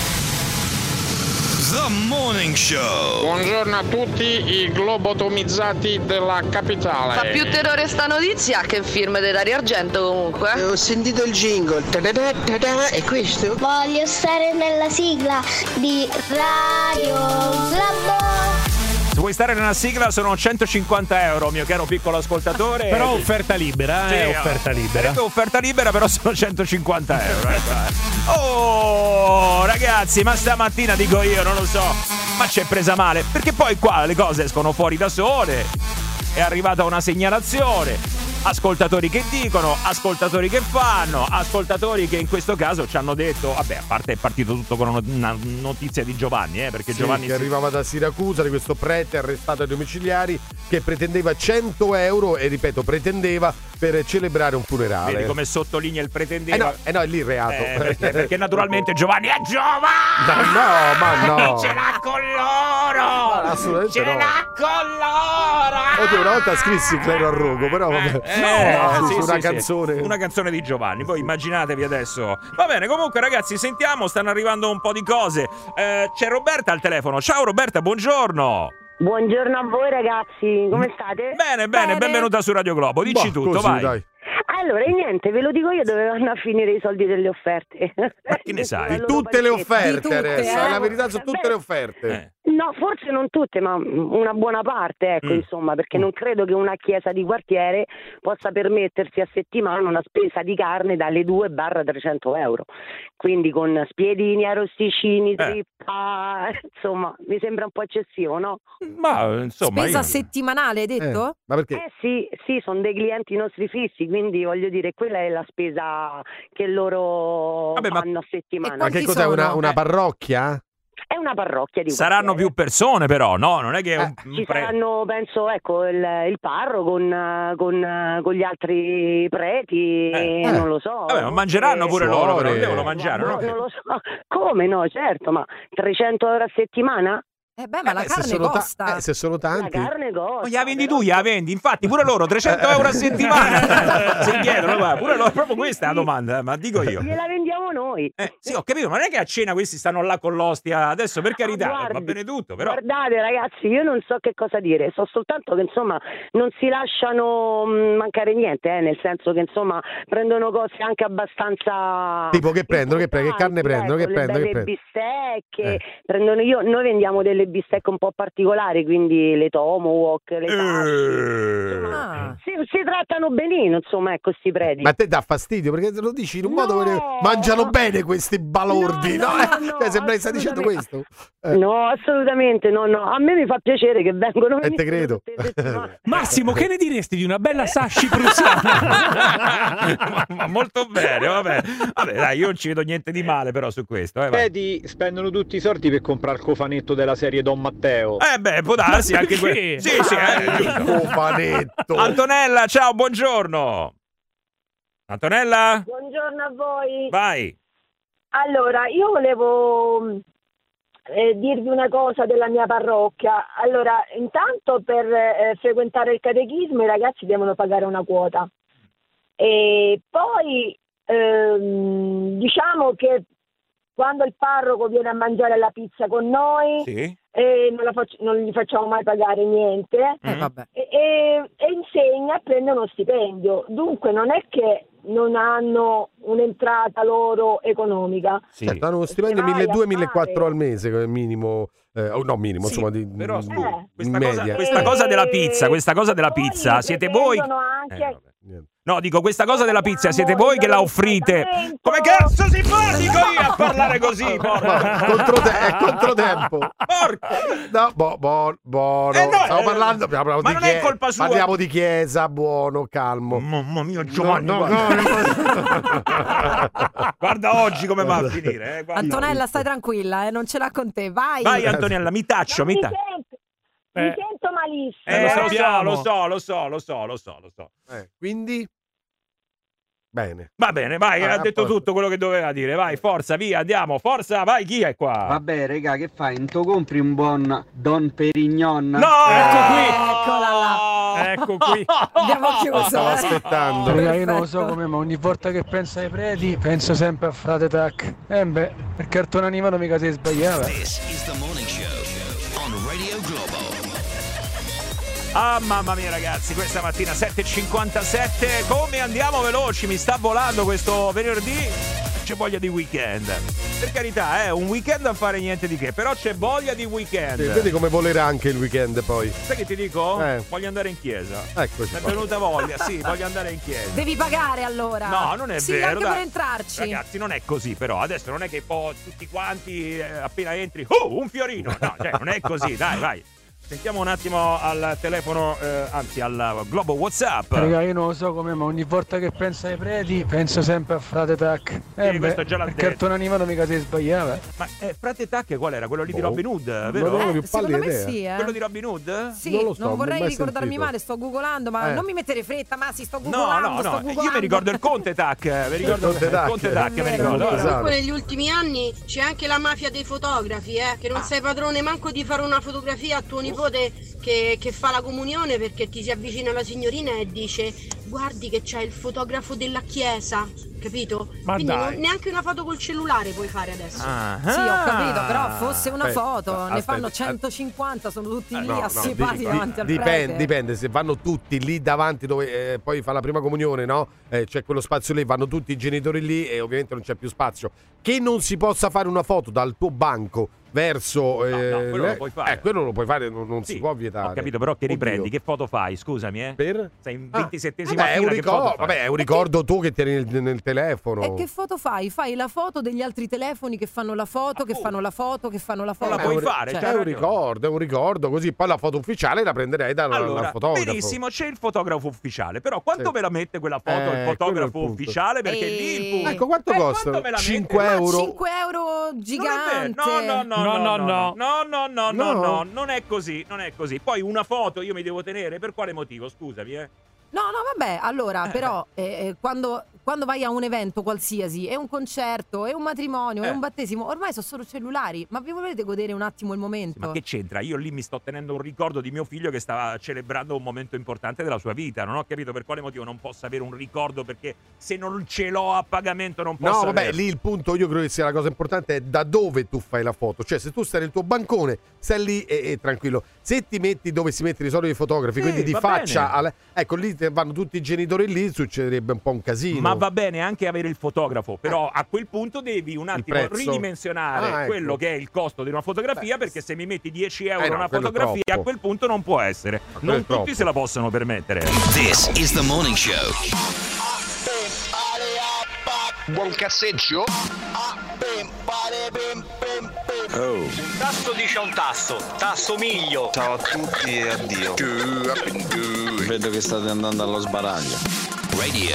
The Morning Show. Buongiorno a tutti i globotomizzati della capitale. Fa più terrore sta notizia che il film di Dario Argento comunque. Ho sentito il jingle. Ta-da-da, ta-da, è questo? Voglio stare nella sigla di Radio Globo. Se vuoi stare nella sigla sono centocinquanta euro, mio caro piccolo ascoltatore. Però offerta libera, Sì, eh, offerta libera. sarebbe offerta libera, però sono centocinquanta euro. ecco. Oh, ragazzi, ma stamattina dico io, non lo so, ma c'è presa male, perché poi qua le cose escono fuori da sole. È arrivata una segnalazione. ascoltatori che dicono, ascoltatori che fanno, ascoltatori che in questo caso ci hanno detto, vabbè, a parte è partito tutto con una notizia di Giovanni, eh, perché sì, Giovanni che si... arrivava da Siracusa, di questo prete arrestato ai domiciliari che pretendeva cento euro, e ripeto, pretendeva per celebrare un funerale. Vedi come sottolinea il pretendeva. Eh no, eh no, è lì il reato. Eh, perché, perché naturalmente Giovanni è Giovanni! No, ma no! Ce l'ha con loro! Assolutamente Ce no. l'ha con loro! Oddio, una volta scrissi Clero a Rogo, però vabbè. Eh, no, sì, su una sì, canzone. Sì. Una canzone di Giovanni, poi immaginatevi adesso. Va bene, comunque ragazzi, sentiamo, stanno arrivando un po' di cose. Eh, c'è Roberta al telefono. Ciao Roberta, buongiorno. Buongiorno a voi ragazzi, come state? Bene, bene, bene. Benvenuta su Radio Globo. Dici bah, tutto, così, vai. Dai. Allora, e niente, ve lo dico io dove vanno a finire i soldi delle offerte. Ma che ne sai? Di tutte le offerte Di tutte, adesso, eh? la verità su tutte Beh, le offerte. Eh. No, forse non tutte, ma una buona parte, ecco, Mm. insomma, perché non credo che una chiesa di quartiere possa permettersi a settimana una spesa di carne dalle due barra trecento euro. Quindi con spiedini, arrosticini, Eh. trippa, insomma, mi sembra un po' eccessivo, no? Ma insomma, Spesa io... settimanale, hai detto? Eh, ma perché? Eh sì, sì, sono dei clienti nostri fissi, quindi voglio dire, quella è la spesa che loro Vabbè, ma- fanno a settimana. Ma che Quanti cos'è, una, sono? una Eh. parrocchia? È una parrocchia di saranno quartiere. più persone però, no? Non è che è un, Eh, un Ci pre- saranno, penso, ecco, il, il parro con, con, con gli altri preti, Eh. non lo so. Vabbè, ma mangeranno pure Suore. loro, però non devono mangiare, No, no? non lo so. Come no, certo, ma trecento euro a settimana? Eh beh, ma la Eh, se carne sono ta- costa. eh, se sono La tanti. carne costa. Ma gliela vendi tu, gliela vendi, infatti pure loro trecento euro a settimana si chiedono, guarda, pure loro, proprio questa è la domanda, eh, ma dico io. Gliela vendiamo noi. Eh, sì, ho capito, ma non è che a cena questi stanno là con l'ostia, adesso per carità, Ma guardi, va bene tutto, però... Guardate ragazzi, io non so che cosa dire, so soltanto che insomma non si lasciano mh, mancare niente, eh, nel senso che insomma prendono cose anche abbastanza... Tipo che prendono, che prendono, che carne importanti, prendono, che ecco, prendono, le che belle prendono. bistecche, Eh. prendono io, noi vendiamo delle bistecche un po' particolari, quindi le tomahawk, le Eh. Ah. si, si trattano benino, insomma, ecco, sti preti. Ma a te dà fastidio perché te lo dici in un No! modo che mangiano bene questi balordi, no? No, no, no, Cioè, sembra che stai dicendo assolutamente. questo. Eh. No, assolutamente no, no. A me mi fa piacere che vengono. E te credo. tutte le settimane. Massimo, che ne diresti di una bella sashi prussiana? ma, ma molto bene, vabbè. Vabbè, dai, io non ci vedo niente di male però su questo, eh, vai. Vedi, spendono tutti i soldi per comprare il cofanetto della serie Don Matteo. Eh beh, può darsi anche Perché? quello. Sì, sì, eh, giusto. Cofanetto. Antonella, ciao, buongiorno. Antonella? Buongiorno a voi. Vai. Allora, io volevo eh, dirvi una cosa della mia parrocchia. Allora, intanto per eh, frequentare il catechismo i ragazzi devono pagare una quota. E poi ehm, diciamo che quando il parroco viene a mangiare la pizza con noi, Sì. eh, non, la faccio- non gli facciamo mai pagare niente, Eh, vabbè. e, e- e insegna e prende uno stipendio. Dunque non è che non hanno un'entrata loro economica. Sì. Certo, hanno uno stipendio vai a milleduecento fare- millequattrocento al mese come minimo, eh, o no minimo, Sì, insomma, di, però, in scusa, questa, cosa, media. questa cosa della pizza, questa cosa della Poi pizza, siete voi? pretendono anche- Eh, vabbè. No, No, dico, questa cosa della pizza, siete voi che la offrite? Come cazzo si fa, dico io, a parlare così? Porca. Controte- è controtempo. Porca. No, bo- bo- buono. Eh, no, Stiamo eh, parlando, parliamo ma di non è chie- colpa sua. Parliamo di chiesa, buono, calmo. Mamma mia, Giovanni, No, no, guarda. no. Guarda oggi come va a finire. Eh? Guarda. Antonella, stai tranquilla, eh, non ce l'ha con te, vai. Vai Antonella, mi taccio, mi mi taccio. sento, mi Eh. sento malissimo. Eh, lo lo sappiamo. so, lo so, lo so, lo so, lo so. Eh, quindi? Bene. Va bene, vai, Ah, ha detto posto. tutto quello che doveva dire. Vai, forza, via, andiamo, forza, vai, chi è qua? Vabbè, raga, che fai? Non tu compri un buon Don Perignon? No! Ecco qui. Eccola là. Ecco qui. Abbiamo chiuso. Stavo eh. aspettando. Raga, io non lo Perfetto. so come, ma ogni volta che penso ai preti, penso sempre a Frate Tac. Eh beh, per cartone animato mica si sbagliava. This is the morning show on Radio Globo. Ah, mamma mia, ragazzi, questa mattina sette e cinquantasette. Come andiamo veloci, mi sta volando questo venerdì. C'è voglia di weekend. Per carità, eh, un weekend a fare niente di che, però c'è voglia di weekend. Sì, vedi come volerà anche il weekend poi. Sai che ti dico? Eh. Voglio andare in chiesa. Eccoci Mi è qua. venuta voglia, sì, voglio andare in chiesa. Devi pagare allora. No, non è sì, vero. anche dai. per entrarci. Ragazzi, non è così, però. Adesso non è che poi tutti quanti, eh, appena entri, oh, un fiorino. No, cioè, non è così, dai, vai. Sentiamo un attimo al telefono, eh, anzi al Globo WhatsApp. Raga, io non lo so come, ma ogni volta che penso ai preti penso sempre a Frate Tac. Eh, Sì, questo già l'ha il detto. cartone animato mica si sbagliava. Ma eh, Frate Tac qual era? Quello lì di Boh. Robin Hood, Non vero? ho più Eh, secondo pallida me idea. sì, eh. Quello di Robin Hood? Sì, Non non, lo so, non vorrei l'ho mai ricordarmi sentito. male, sto googolando, ma Eh. non mi mettere fretta, ma si sto No, googolando, no, sto no, googolando. io mi ricordo il Conte Tac, mi ricordo Conte il Tac. Conte Tac, mi È vero, ricordo. è vero. Allora, Comunque negli ultimi anni c'è anche la mafia dei fotografi, eh, che non sei padrone manco di fare una fotografia a tuo nipote che, che fa la comunione perché ti si avvicina la signorina e dice guardi che c'è il fotografo della chiesa, capito? Ma Quindi dai. non- neanche una foto col cellulare puoi fare adesso. Ah, Sì, ho capito, però fosse una Aspetta, foto, ne aspetta, fanno aspetta. centocinquanta, sono tutti Eh, lì no, no, assiepati di- davanti di- al dipende, prete. dipende, se vanno tutti lì davanti dove eh, poi fa la prima comunione, no? Eh, c'è quello spazio lì, vanno tutti i genitori lì e ovviamente non c'è più spazio. Che non si possa fare una foto dal tuo banco verso eh, no, quello le- lo puoi fare. Eh, quello lo puoi fare, non, non Sì, si può vietare. Ho capito, però che riprendi? Oddio. Che foto fai? Scusami, eh? Per? Sei in Ah, ventisettesima vabbè, è un fila, che foto ricordo, fai? vabbè, è un ricordo tu che tieni nel, nel telefono. E che foto fai? Fai la foto degli altri telefoni che fanno la foto, che fanno la foto, che fanno la foto. la puoi è un, fare, cioè, c'hai è un ragione. ricordo, è un ricordo, così poi la foto ufficiale la prenderei dal, Allora, dal fotografo. benissimo, c'è il fotografo ufficiale, però quanto Sì. ve la mette quella foto Eh, il quello è il fotografo punto. ufficiale? Perché lì il E- punto. Ecco, quanto Eh, costa? quanto me la mette? cinque Ma euro. cinque euro gigante. No, no, no, No, no, no, no, no, no, no, no, No. no, non è così, non è così. Poi una foto io mi devo tenere, per quale motivo? Scusami, eh. No, no, vabbè, allora, però, eh, eh, quando, quando vai a un evento qualsiasi, è un concerto, è un matrimonio, è Eh. un battesimo, ormai sono solo cellulari, ma vi volete godere un attimo il momento? Ma che c'entra? Io lì mi sto tenendo un ricordo di mio figlio che stava celebrando un momento importante della sua vita. Non ho capito per quale motivo non posso avere un ricordo, perché se non ce l'ho a pagamento non posso No, vabbè, averlo. lì il punto io credo che sia la cosa importante è da dove tu fai la foto. Cioè, se tu stai nel tuo bancone, stai lì e, e tranquillo. Se ti metti dove si mettono i soliti fotografi, Sì, quindi di va faccia, bene. alle- ecco lì te- vanno tutti i genitori lì, succederebbe un po' un casino. Ma va bene anche avere il fotografo, però a quel punto devi un attimo prezzo. ridimensionare Ah, ecco. quello che è il costo di una fotografia, perché se mi metti dieci euro Eh no, una quello è fotografia, a troppo. quel punto non può essere. quello Non è tutti troppo. se la possono permettere. This is the morning show. Buon casseggio. Oh. Tasto dice un tasto, tasto miglio. Ciao a tutti e addio. Vedo che state andando allo sbaraglio. Radio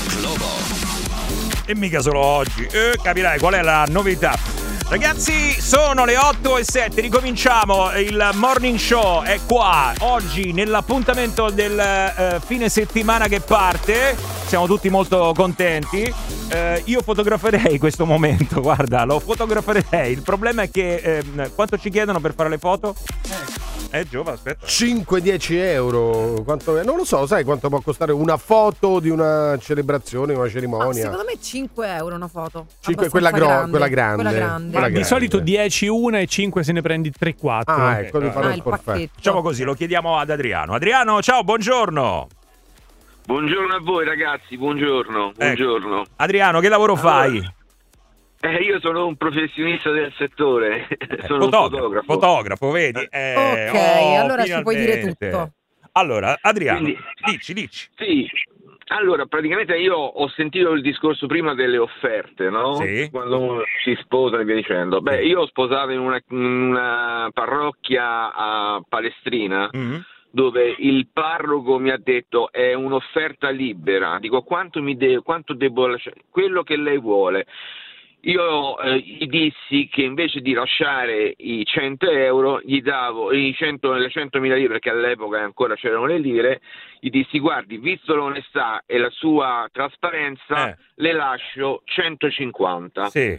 Globo. E mica solo oggi. Eh, capirai qual è la novità. Ragazzi, sono le otto e sette, ricominciamo, il morning show è qua, oggi nell'appuntamento del eh, fine settimana che parte, siamo tutti molto contenti, eh, io fotograferei questo momento, guarda, lo fotograferei, il problema è che, eh, quanto ci chiedono per fare le foto? Eh, Giova, aspetta. cinque dieci euro, quanto è? Non lo so, sai quanto può costare una foto di una celebrazione, una Ma cerimonia? secondo me cinque euro una foto. Cinque, quella, gro- Abbastanza quella grande. Quella grande. Quella Ma di grande. solito dieci una e cinque se ne prendi tre quattro. Ah, ecco, devi fare Ah, il il forfait. pacchetto. Facciamo così, lo chiediamo ad Adriano. Adriano, ciao, buongiorno. Buongiorno a voi ragazzi, buongiorno, buongiorno. Adriano, che lavoro fai? Eh, io sono un professionista del settore, sono fotografo, un fotografo. fotografo, vedi? Eh, Ok, oh, allora ci puoi dire finalmente. tutto. Allora, Adriano, Quindi- dici, dici. Sì, allora praticamente io ho sentito il discorso prima delle offerte, no? Sì. Quando uno si sposa e via dicendo. Beh, io ho sposato in una, in una parrocchia a Palestrina, Mm. dove il parroco mi ha detto è un'offerta libera. Dico quanto, mi de- quanto devo lasciare? Quello che lei vuole. Io eh, gli dissi che invece di lasciare i cento euro, gli davo i cento, le centomila lire, perché all'epoca ancora c'erano le lire, gli dissi guardi, visto l'onestà e la sua trasparenza, Eh. le lascio centocinquanta. Sì.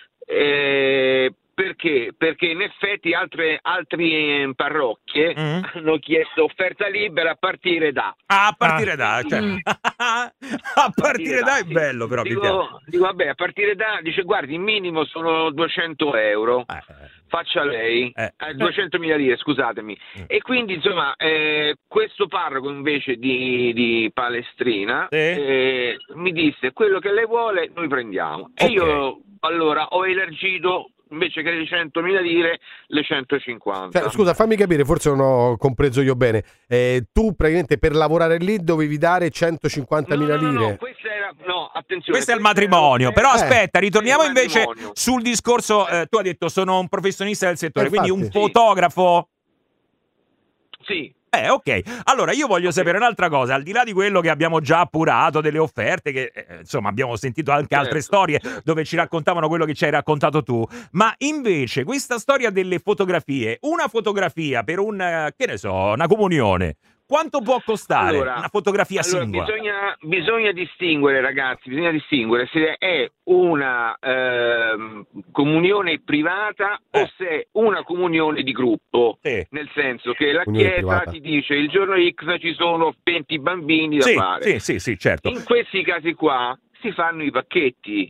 Eh, perché? Perché in effetti altre altre eh, parrocchie Mm. hanno chiesto offerta libera a partire da. Ah, a partire da, cioè, Mm. a partire da è sì. bello, però mi piace. Dico, dico, vabbè, a partire da, dice guardi, il minimo sono duecento euro, faccia lei, Eh. eh, duecentomila lire, scusatemi. E quindi insomma, eh, questo parroco invece di, di Palestrina eh, mi disse quello che lei vuole noi prendiamo. E io allora ho elargito invece che le centomila lire le centocinquanta. Cioè, scusa, fammi capire, forse non ho compreso io bene. Eh, tu praticamente per lavorare lì dovevi dare centocinquantamila No, no, lire. no, questa era, no, attenzione. Questo è il questa era matrimonio, un'offerta- però Eh. aspetta, ritorniamo Sì, il invece matrimonio. sul discorso, eh, tu hai detto sono un professionista del settore, Eh, quindi un infatti. fotografo. Sì. Eh, ok. Allora, io voglio sapere un'altra cosa, al di là di quello che abbiamo già appurato, delle offerte, che eh, insomma abbiamo sentito anche Certo, altre storie certo. dove ci raccontavano quello che ci hai raccontato tu, ma invece questa storia delle fotografie, una fotografia per un, eh, che ne so, una comunione, quanto può costare Allora, una fotografia allora, singola? Bisogna, bisogna distinguere, ragazzi, bisogna distinguere se è una ehm, comunione privata Eh. o se è una comunione di gruppo. Sì. Nel senso che la Comunione Chiesa privata. ti dice il giorno X ci sono venti bambini da Sì, fare. sì, sì, sì, certo. In questi casi qua si fanno i pacchetti,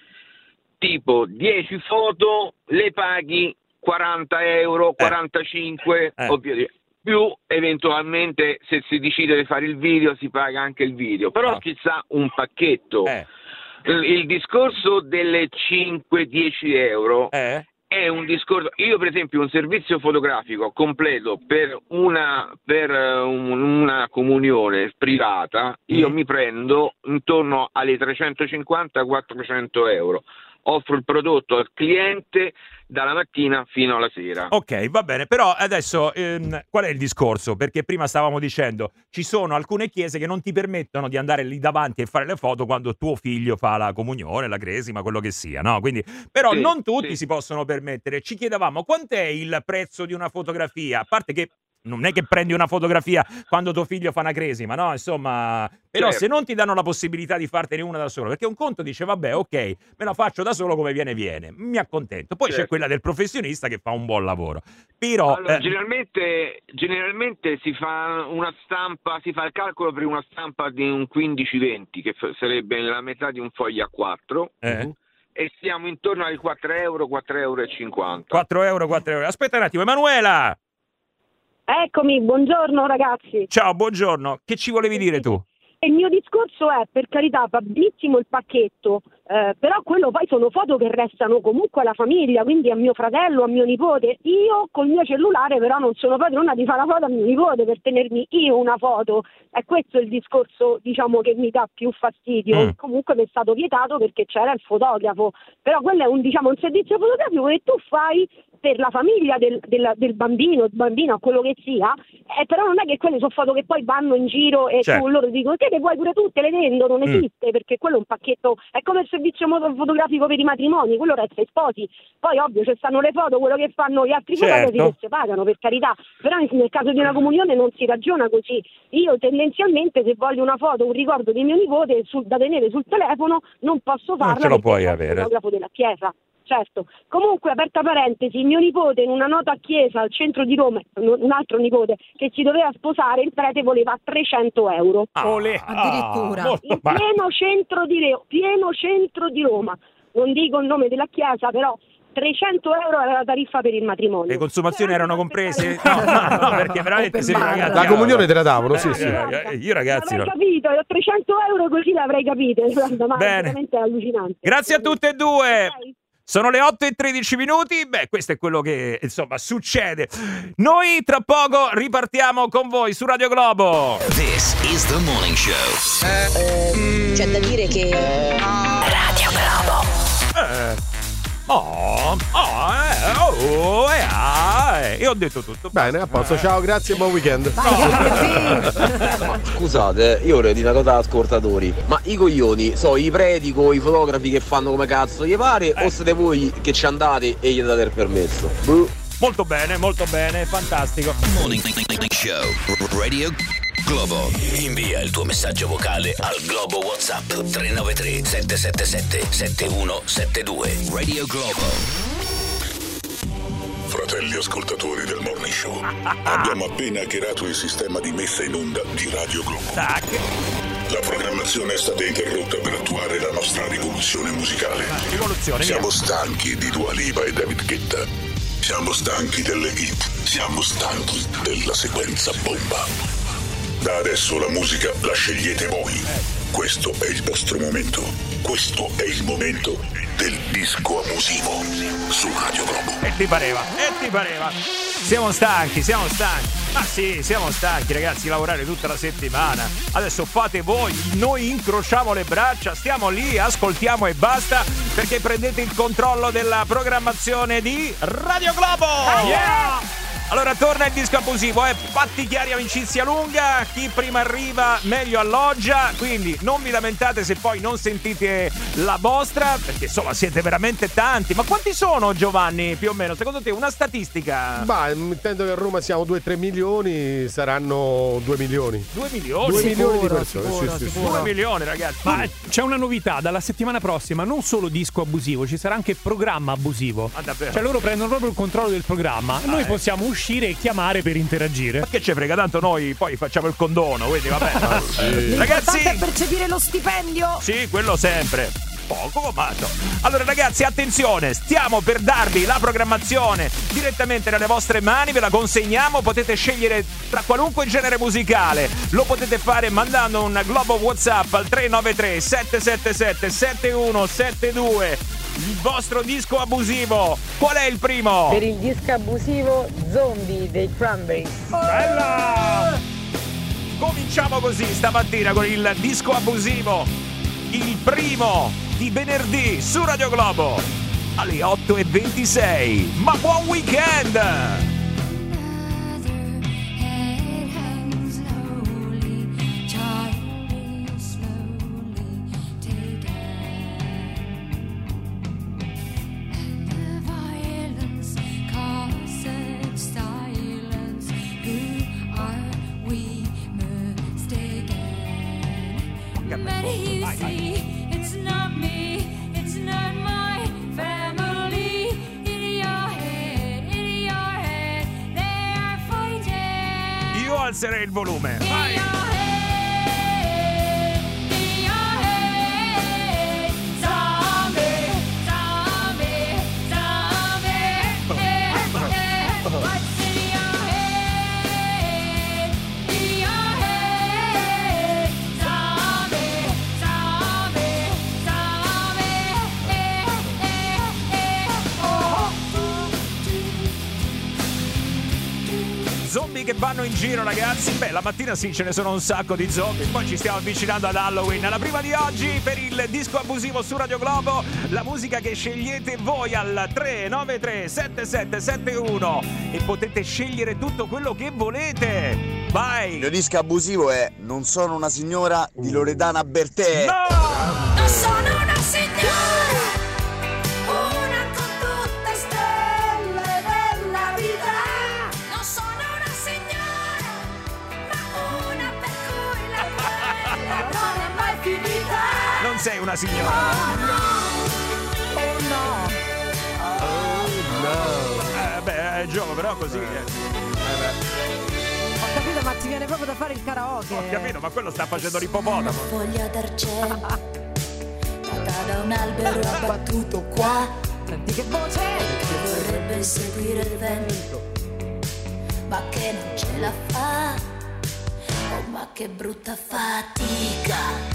tipo dieci foto, le paghi quaranta euro, quarantacinque, Eh. ovvio, più eventualmente se si decide di fare il video si paga anche il video, però Ah. ci sta un pacchetto. Eh. Il, il discorso delle cinque dieci euro Eh? è un discorso. Io per esempio un servizio fotografico completo per una, per eh, un- una comunione privata, io Mm. mi prendo intorno alle trecentocinquanta quattrocento euro. Offro il prodotto al cliente dalla mattina fino alla sera. Ok, va bene, però adesso ehm, qual è il discorso? Perché prima stavamo dicendo ci sono alcune chiese che non ti permettono di andare lì davanti e fare le foto quando tuo figlio fa la comunione, la cresima, quello che sia, no? Quindi, però Sì, non tutti sì. si possono permettere. Ci chiedevamo quant'è il prezzo di una fotografia, a parte che non è che prendi una fotografia quando tuo figlio fa una cresima, no? Insomma, però Certo. se non ti danno la possibilità di fartene una da solo, perché un conto dice vabbè, ok, me la faccio da solo come viene viene, mi accontento. Poi c'è Certo. quella del professionista che fa un buon lavoro. Però Allora, eh, generalmente, generalmente si fa una stampa, si fa il calcolo per una stampa di un quindici venti, che f- sarebbe la metà di un foglio A quattro, eh, e siamo intorno ai quattro euro, quattro euro e cinquanta. quattro euro, quattro euro. Aspetta un attimo, Emanuela! Eccomi, buongiorno ragazzi. Ciao, buongiorno. Che ci volevi dire tu? Il mio discorso è, per carità, va benissimo il pacchetto, eh, però quello poi sono foto che restano comunque alla famiglia, quindi a mio fratello, a mio nipote. Io col mio cellulare però non sono padrona di fare la foto a mio nipote per tenermi io una foto. E questo è il discorso, diciamo, che mi dà più fastidio. Mm. Comunque mi è stato vietato perché c'era il fotografo, però quello è un, diciamo, un servizio fotografico che tu fai per la famiglia del, del, del bambino, il bambino, quello che sia, eh, però non è che quelle sono foto che poi vanno in giro e Certo. tu loro dicono te le vuoi pure tu, te le vendo, non Mm. esiste, perché quello è un pacchetto, è come il servizio moto- fotografico per i matrimoni, quello resta ai sposi. Poi ovvio ci stanno le foto, quello che fanno gli altri Certo. fotografi che si pagano, per carità, però nel caso di una comunione non si ragiona così. Io tendenzialmente se voglio una foto, un ricordo di mio nipote sul- da tenere sul telefono, non posso farla ce lo perché puoi è il avere. fotografo della chiesa. Certo, comunque aperta parentesi, mio nipote in una nota chiesa al centro di Roma, un altro nipote che si doveva sposare, il prete voleva trecento euro. Olè. Addirittura. Ah, molto In male. pieno centro di Re- pieno centro di Roma, non dico il nome della chiesa, però trecento euro era la tariffa per il matrimonio. Le consumazioni erano comprese? No, no, no, perché veramente se Open ragazzi, bar. La comunione te la davano, sì, Eh, sì. eh, io ragazzi L'avrei no. capito, io trecento euro così l'avrei capito, guarda, ma Bene. veramente è allucinante. Grazie a tutte e due. Ok. Sono le otto e tredici minuti, beh questo è quello che insomma succede. Noi tra poco ripartiamo con voi su Radio Globo. This is the morning show. C'è da dire che Radio Globo. Eh, oh, oh, eh, oh, eh, ah, eh, io ho detto tutto. Bene, a posto, ciao, grazie e buon weekend. Ma scusate, io vorrei dire una cosa agli ascoltatori. Ma i coglioni sono i preti con i fotografi che fanno come cazzo gli pare Eh. o siete voi che ci andate e gli date il permesso? Boh. Molto bene, molto bene, fantastico. Morning Show. Radio Globo. Invia il tuo messaggio vocale al Globo WhatsApp tre nove tre sette sette sette sette uno sette due. Radio Globo. Fratelli ascoltatori del Morning Show, abbiamo appena hackerato il sistema di messa in onda di Radio Globo. Tac. La programmazione è stata interrotta per attuare la nostra rivoluzione musicale. Rivoluzione, Siamo via. stanchi di Dua Lipa e David Guetta. Siamo stanchi delle hit. Siamo stanchi della sequenza bomba. Da adesso la musica la scegliete voi. Questo è il vostro momento. Questo è il momento del disco abusivo su Radio Globo. E ti pareva, e ti pareva. Siamo stanchi, siamo stanchi. Ma sì, siamo stanchi ragazzi, lavorare tutta la settimana. Adesso fate voi, noi incrociamo le braccia, stiamo lì, ascoltiamo e basta, perché prendete il controllo della programmazione di Radio Globo. Yeah! Allora torna il disco abusivo, eh. Patti chiari, amicizia lunga, chi prima arriva meglio alloggia, quindi non vi lamentate se poi non sentite la vostra, perché insomma siete veramente tanti. Ma quanti sono, Giovanni, più o meno? Secondo te una statistica? Bah, intendo che a Roma siamo due tre milioni, saranno due milioni. due milioni? due Sicuro, milioni di persone, sicuro, sì, sì, sicuro. sì. due milioni, ragazzi. Ma c'è una novità, dalla settimana prossima non solo disco abusivo, ci sarà anche programma abusivo. Ah, davvero? Cioè loro prendono proprio il controllo del programma, Ah, noi eh. possiamo uscire e chiamare per interagire. Ma che ci frega, tanto noi poi facciamo il condono, quindi vabbè. L'importante Ragazzi, è percepire lo stipendio. sì, quello sempre. Poco, ma no. Allora ragazzi, attenzione, stiamo per darvi la programmazione direttamente nelle vostre mani, ve la consegniamo, potete scegliere tra qualunque genere musicale, lo potete fare mandando un globo WhatsApp al tre nove tre sette sette sette sette uno sette due. Il vostro disco abusivo, qual è il primo? Per il disco abusivo Zombie dei Cranberries. Bella! Cominciamo così stamattina con il disco abusivo, il primo di venerdì su Radio Globo alle otto e ventisei. Ma buon weekend! Io alzerei il volume. Vai! Zombie che vanno in giro, ragazzi. Beh, la mattina sì, ce ne sono un sacco di zombie. Poi ci stiamo avvicinando ad Halloween. La prima di oggi per il disco abusivo su Radio Globo, la musica che scegliete voi al tre nove tre sette sette sette uno e potete scegliere tutto quello che volete. Vai! Il mio disco abusivo è Non sono una signora di Loredana Bertè. No! Non sono una signora, una con tutte stelle della vita. Non sono una signora, ma una per cui la guerra non è mai finita. Non sei una signora. Oh no, oh no. Oh no. Eh, beh, è gioco, però così. Eh. Eh, beh. Ho capito, ma ti viene proprio da fare il karaoke. Ho capito, ma quello sta facendo l'ippopotamo. Foglia d'argento data da un albero abbattuto qua. Senti che voce! Che vorrebbe seguire il vento, ma che non ce la fa. Oh, ma che brutta fatica.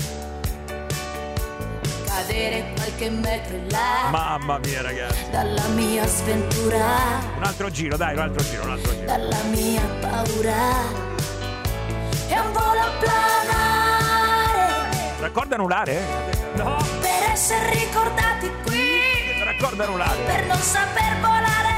Cadere qualche metro in là Mamma mia, ragazzi. dalla mia sventura, Un altro giro, dai, un altro giro, un altro giro. dalla mia paura. E un volo a planare Raccordo anulare? No. per essere ricordati qui, Raccordo anulare. per non saper volare.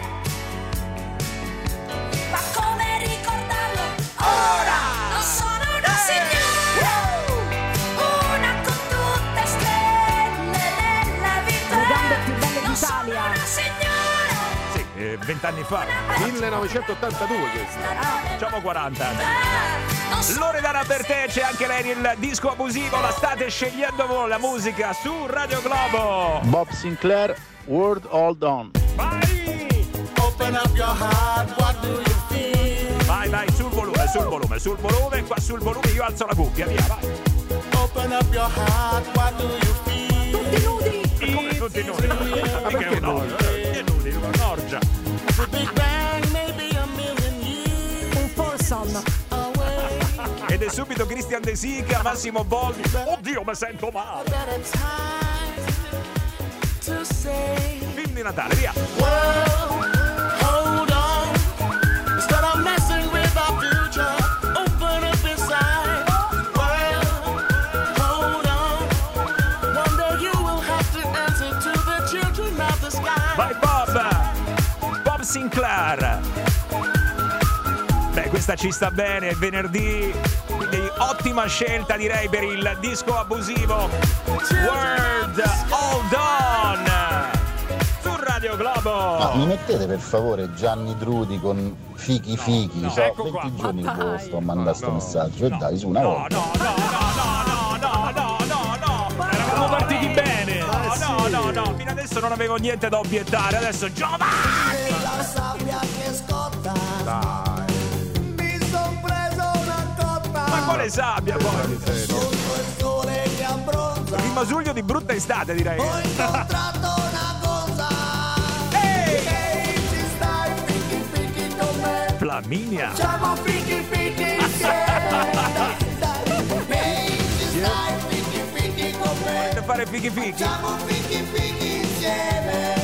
Ma come ricordarlo ora? Non sono una signora, una con tutte stelle nella vita. Le gambe più belle Non sono d'Italia. una signora, Sì, eh, vent'anni fa. millenovecentottantadue questa. Facciamo quaranta anni. Loredana Bertè, c'è anche lei nel disco abusivo. La state scegliendo voi la musica su Radio Globo. Bob Sinclair, World Hold On. open up your heart, what do you feel? Vai, vai, sul volume, sul volume, sul volume. Qua sul volume io alzo la cuffia, via, vai. Open up your heart, what do you feel? Tutti nudi! Come tutti nudi? Ma perché no? Che nudi? Un'orgia. Big Bang, maybe a million years. Un foursome. Ed è subito Christian De Sica, Massimo Boldi. Oddio, mi sento male. Film di Natale, via. Hold on, instead of messing with our future, open up inside. Well, hold on, one day you will have to answer to the children of the sky. Vai Bob! Bob Sinclair. questa ci sta bene, è venerdì, quindi ottima scelta direi per il disco abusivo World Hold On su Radio Globo. Ma mi mettete per favore Gianni Trudi con Fichi Fichi? no, so, ecco venti qua. giorni Ma che dai. sto a mandare sto messaggio e dai su una No, volta. no, no, no, no, no, no, no, no, Eravamo partiti bene. no, no, no, no, fino adesso non avevo niente da obiettare, adesso Giovanni! La sabbia che scotta. Dai. Mi son preso una cotta. Ma quale sabbia poi? Sotto il sole che abbronza. Rimasuglio di brutta estate direi. Ho incontrato una cosa. Ehi, ci stai picchi picchi con me. Flaminia. Facciamo picchi picchi insieme. Dai, dai. Ehi, ci stai picchi picchi con me. Volete fare fichi fichi? Facciamo picchi picchi insieme.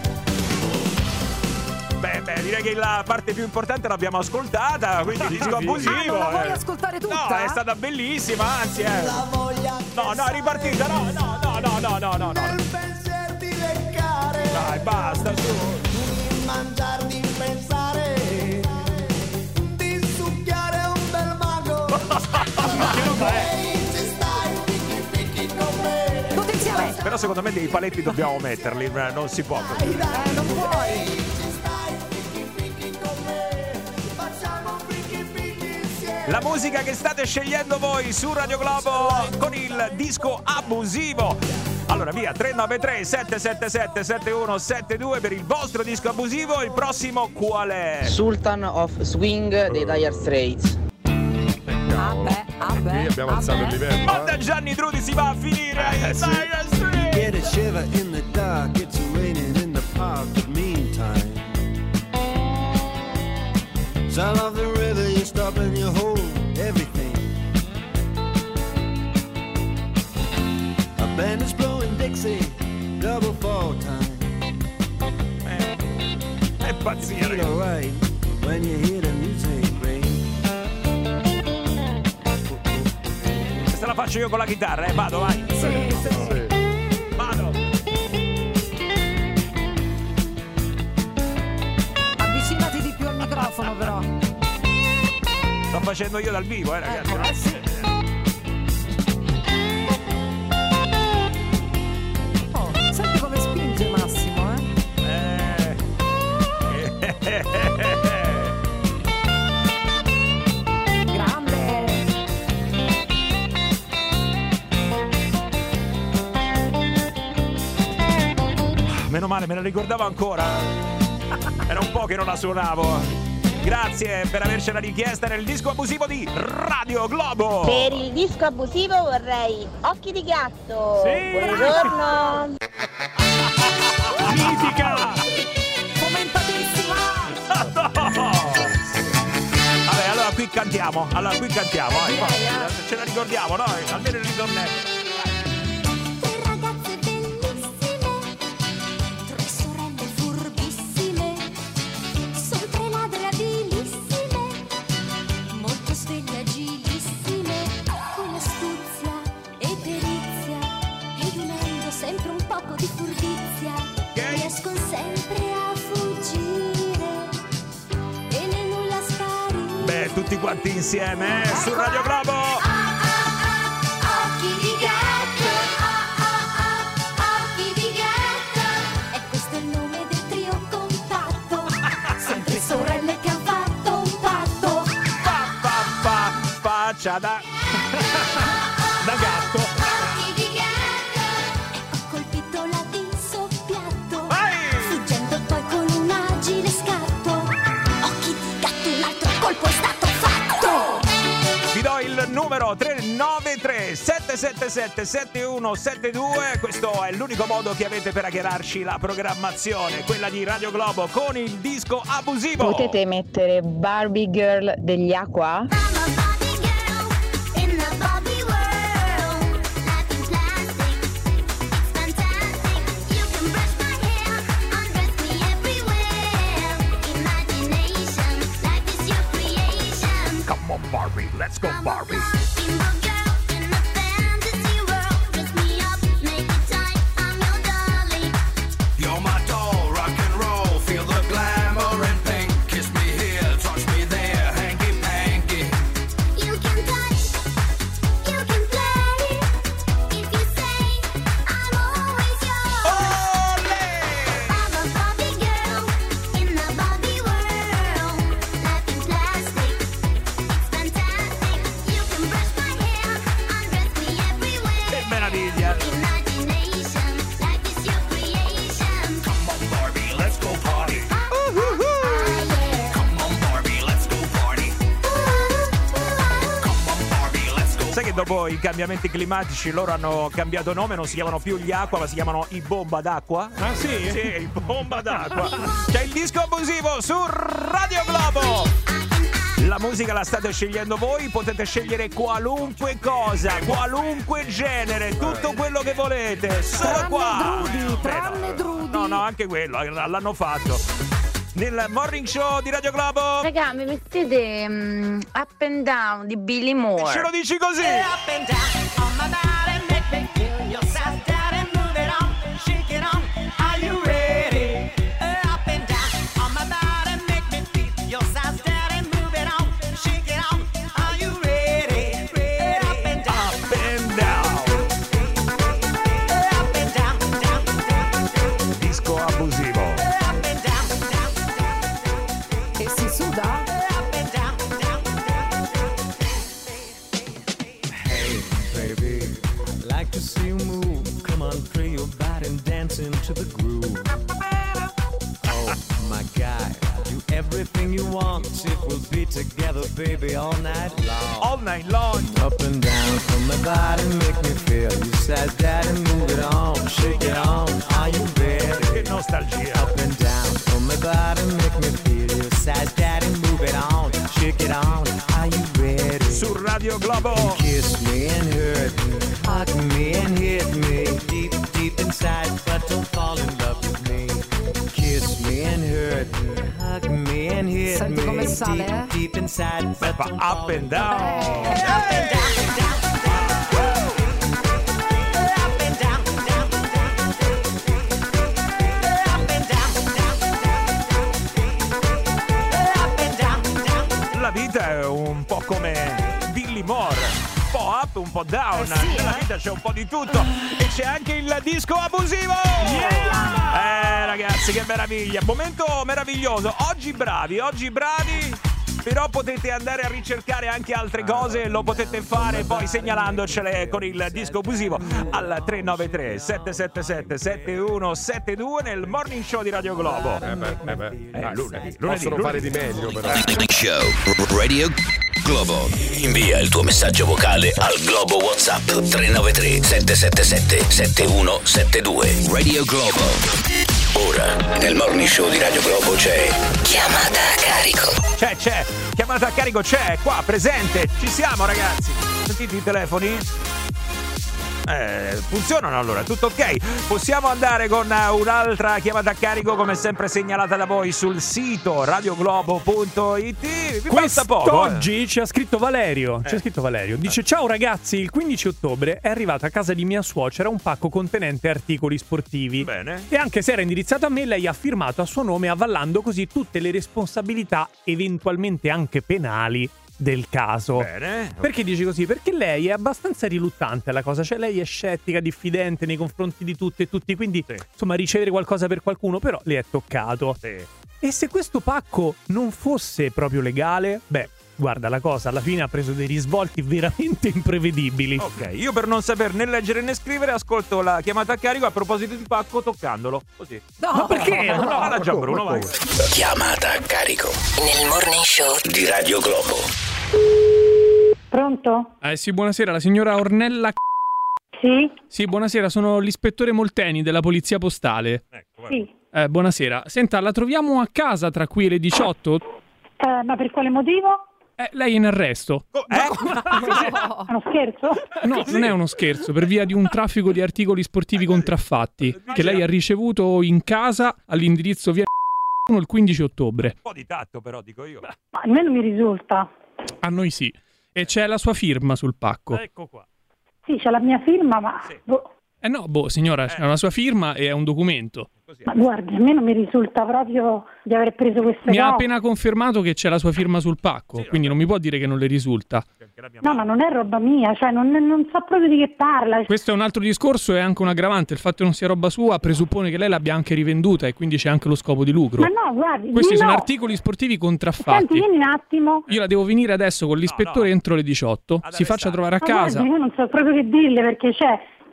Beh, beh, direi che la parte più importante l'abbiamo ascoltata, quindi disco abusivo. Ah, non la vuoi eh. ascoltare tutta? No, è stata bellissima, anzi, eh. La voglia No, no, è ripartita, no, no, no, no, no, no, no, no. nel pensier di leccare. Dai, basta, su. Di mangiar, di pensare, di succhiare un bel mago. Ehi, ci stai picchi picchi con me. Tutti insieme. Però secondo me dei paletti dobbiamo metterli, eh, non si può così. Dai, dai, non puoi. Ci stai picchi picchi con me. Facciamo picchi picchi insieme. La musica che state scegliendo voi su Radio Globo con il disco abusivo. Allora via tre nove tre sette sette sette sette uno sette due per il vostro disco abusivo. Il prossimo qual è? Sultan of Swing dei Dire Straits. Vabbè, vabbè. Qui abbiamo alzato il livello. Ma eh. da Gianni Trudi si va a finire ai Eh, sì. Dire Straits. Get a shiver in the dark, it's raining in the park, but meantime sound of the river, you stop and you hold everything. A band is blowing Dixie, double fall time. È pazzia, Feel ragazzi. alright when you hear the music ring. Questa la faccio io con la chitarra, eh. Vado, vai. Sì, sì. Vado. Avvicinati di più al microfono però. Sto facendo io dal vivo, eh, ragazzi. Ecco, no? eh sì. Oh, senti come spinge Massimo, eh? Eh. Grande. Meno male, me la ricordavo ancora. Era un po' che non la suonavo. Grazie per avercela richiesta nel disco abusivo di Radio Globo. Per il disco abusivo vorrei Occhi di gatto. Sì. Buongiorno. Mitica! Fomentatissima. Vabbè, allora qui cantiamo. Allora qui cantiamo. Vai, vai. Ce la ricordiamo, no? Almeno il ritornello. Tre ragazze bellissime, tre sorelle furbissime, son tre ladre abilissime, molto sveglie agilissime, con astuzia e perizia, ed unendo sempre un poco di furbizia, riescono sempre a fuggire e nel nulla sparire. Beh, tutti quanti insieme, eh? Su Radio Globo. Occhi di gatto, ah, ah, ah, occhi di gatto. E questo è il nome del trio compatto. Sono tre sorelle che han fatto un patto. Pa, pa, pa, faccia da... da gatto. Occhi di gatto. E ho colpito la di soppiatto. Fuggendo poi con un agile scatto. Occhi di gatto, l'altro colpo è stato fatto. Vi do il numero tre nove tre sette sette sette sette uno sette due. Questo è l'unico modo che avete per hackerarci la programmazione, quella di Radio Globo con il disco abusivo. Potete mettere Barbie Girl degli Aqua? In the Barbie world, life in plastic, it's fantastic. You can brush my hair, undress me everywhere. Imagination, life is your creation. Come on Barbie, let's go Barbie. Rainbow girl in a fantasy world, dress me up, make it tight, I'm your dolly. You're my doll, rock and roll, feel the glamour and pink. Kiss me here, touch me there, hanky panky. dopo i cambiamenti climatici loro hanno cambiato nome, non si chiamano più gli Aqua ma si chiamano i Bomba d'acqua. Ah sì? Sì, i Bomba d'acqua. C'è il disco abusivo su Radio Globo. La musica la state scegliendo voi, potete scegliere qualunque cosa, qualunque genere, tutto quello che volete, solo Tranne qua. Drudy, tranne Beh, no, Drudy. No, no, anche quello, l'hanno fatto. Nel morning show di Radio Globo. Raga, mi mettete um, Up and Down di Billy Moore. Ce lo dici così? Up and down on my body, make me feel your size down and move it on, shake it on. Are you ready? Up and down on my body, make me feel your size down and move it on, shake it on. Are you ready? Up and down, up and down, up and down, down, down. Disco abusivo. Up and down, down, down. E si suda? Up and down, down, down. Hey, baby, I'd like to see you move. Come on, free your body and dance into the groove. Oh, my guy, do everything you want. If we'll be together, baby, all night long. All night long. Up and down from my body, make me feel. You said that and move it on, shake it on. Are you ready? Che nostalgia. Up and down from my body, make me feel. You said that and move it on, shake it on. Are you ready? Su Radio Globo. Kiss me and hurt me, hug me and hit me deep, deep inside, but don't fall in love with me. Kiss me and hurt me, hug me and hit Senti me come sale, deep, eh? deep inside, but don't Up fall and in down. Up and down, down, down. Up and down, down, down. Up and down, down, down. Up and down, down. La vita è un po' come Billy Moore, un po' up, un po' down. Eh sì, Nella eh. vita c'è un po' di tutto e c'è anche il disco abusivo. Eh ragazzi, che meraviglia, momento meraviglioso. Oggi bravi, oggi bravi. Però potete andare a ricercare anche altre cose, lo potete fare poi segnalandocele con il disco abusivo al tre nove tre sette sette sette sette uno sette due nel morning show di Radio Globo. Eh beh, eh beh. Eh, lunedì, lunedì, Possono lunedì. fare di meglio, però. Morning Show Radio Globo. Invia il tuo messaggio vocale al Globo WhatsApp tre nove tre sette sette sette sette uno sette due. Radio Globo. Ora nel morning show di Radio Globo c'è chiamata a carico. C'è, c'è, chiamata a carico c'è, qua, presente, ci siamo ragazzi. Sentite i telefoni? Eh, funzionano allora, tutto ok. Possiamo andare con un'altra chiamata a carico come sempre segnalata da voi sul sito radioglobo punto it. Vi basta poco. eh. Quest'oggi ci ha scritto Valerio. Ci ha scritto Valerio. Dice: ciao ragazzi, il quindici ottobre è arrivato a casa di mia suocera un pacco contenente articoli sportivi. Bene. E anche se era indirizzato a me, lei ha firmato a suo nome, avvallando così tutte le responsabilità, eventualmente anche penali, del caso. Bene. Perché dici così? Perché lei è abbastanza riluttante alla cosa, cioè lei è scettica, diffidente nei confronti di tutte e tutti, quindi Sì. insomma ricevere qualcosa per qualcuno però le è toccato. Sì. E se questo pacco non fosse proprio legale, beh, guarda, la cosa alla fine ha preso dei risvolti veramente imprevedibili. Ok, io per non saper né leggere né scrivere ascolto la chiamata a carico a proposito di pacco toccandolo. Così. No, Ma perché? No, no, ha già Bruno, vai. Chiamata a carico nel morning show di Radio Globo. Pronto? Eh sì, buonasera, la signora Ornella. Sì? Sì, buonasera, sono l'ispettore Molteni della Polizia Postale. Ecco, Sì. Eh, buonasera. Senta, la troviamo a casa tra qui e le diciotto? Eh, ma per quale motivo? Eh, lei è in arresto. È uno scherzo? No, non è uno scherzo, per via di un traffico di articoli sportivi contraffatti che lei ha ricevuto in casa all'indirizzo via il quindici ottobre. Un po' di tatto però, dico io. Ma a me non mi risulta. A noi sì. E c'è la sua firma sul pacco. Ecco qua. Sì, c'è la mia firma, ma... boh. Eh no, boh, signora, c'è una sua firma e è un documento. Ma guardi, a me non mi risulta proprio di aver preso queste Mi cose. ha appena confermato che c'è la sua firma sul pacco, quindi non mi può dire che non le risulta. No, ma non è roba mia, cioè non, non so proprio di che parla. Questo è un altro discorso e anche un aggravante. Il fatto che non sia roba sua presuppone che lei l'abbia anche rivenduta e quindi c'è anche lo scopo di lucro. Ma no, guardi, Questi no. sono articoli sportivi contraffatti. Senti, vieni un attimo. Io la devo venire adesso con l'ispettore entro le diciotto. Si faccia trovare a Ma casa. guardi, io non so proprio che dirle perché c'è...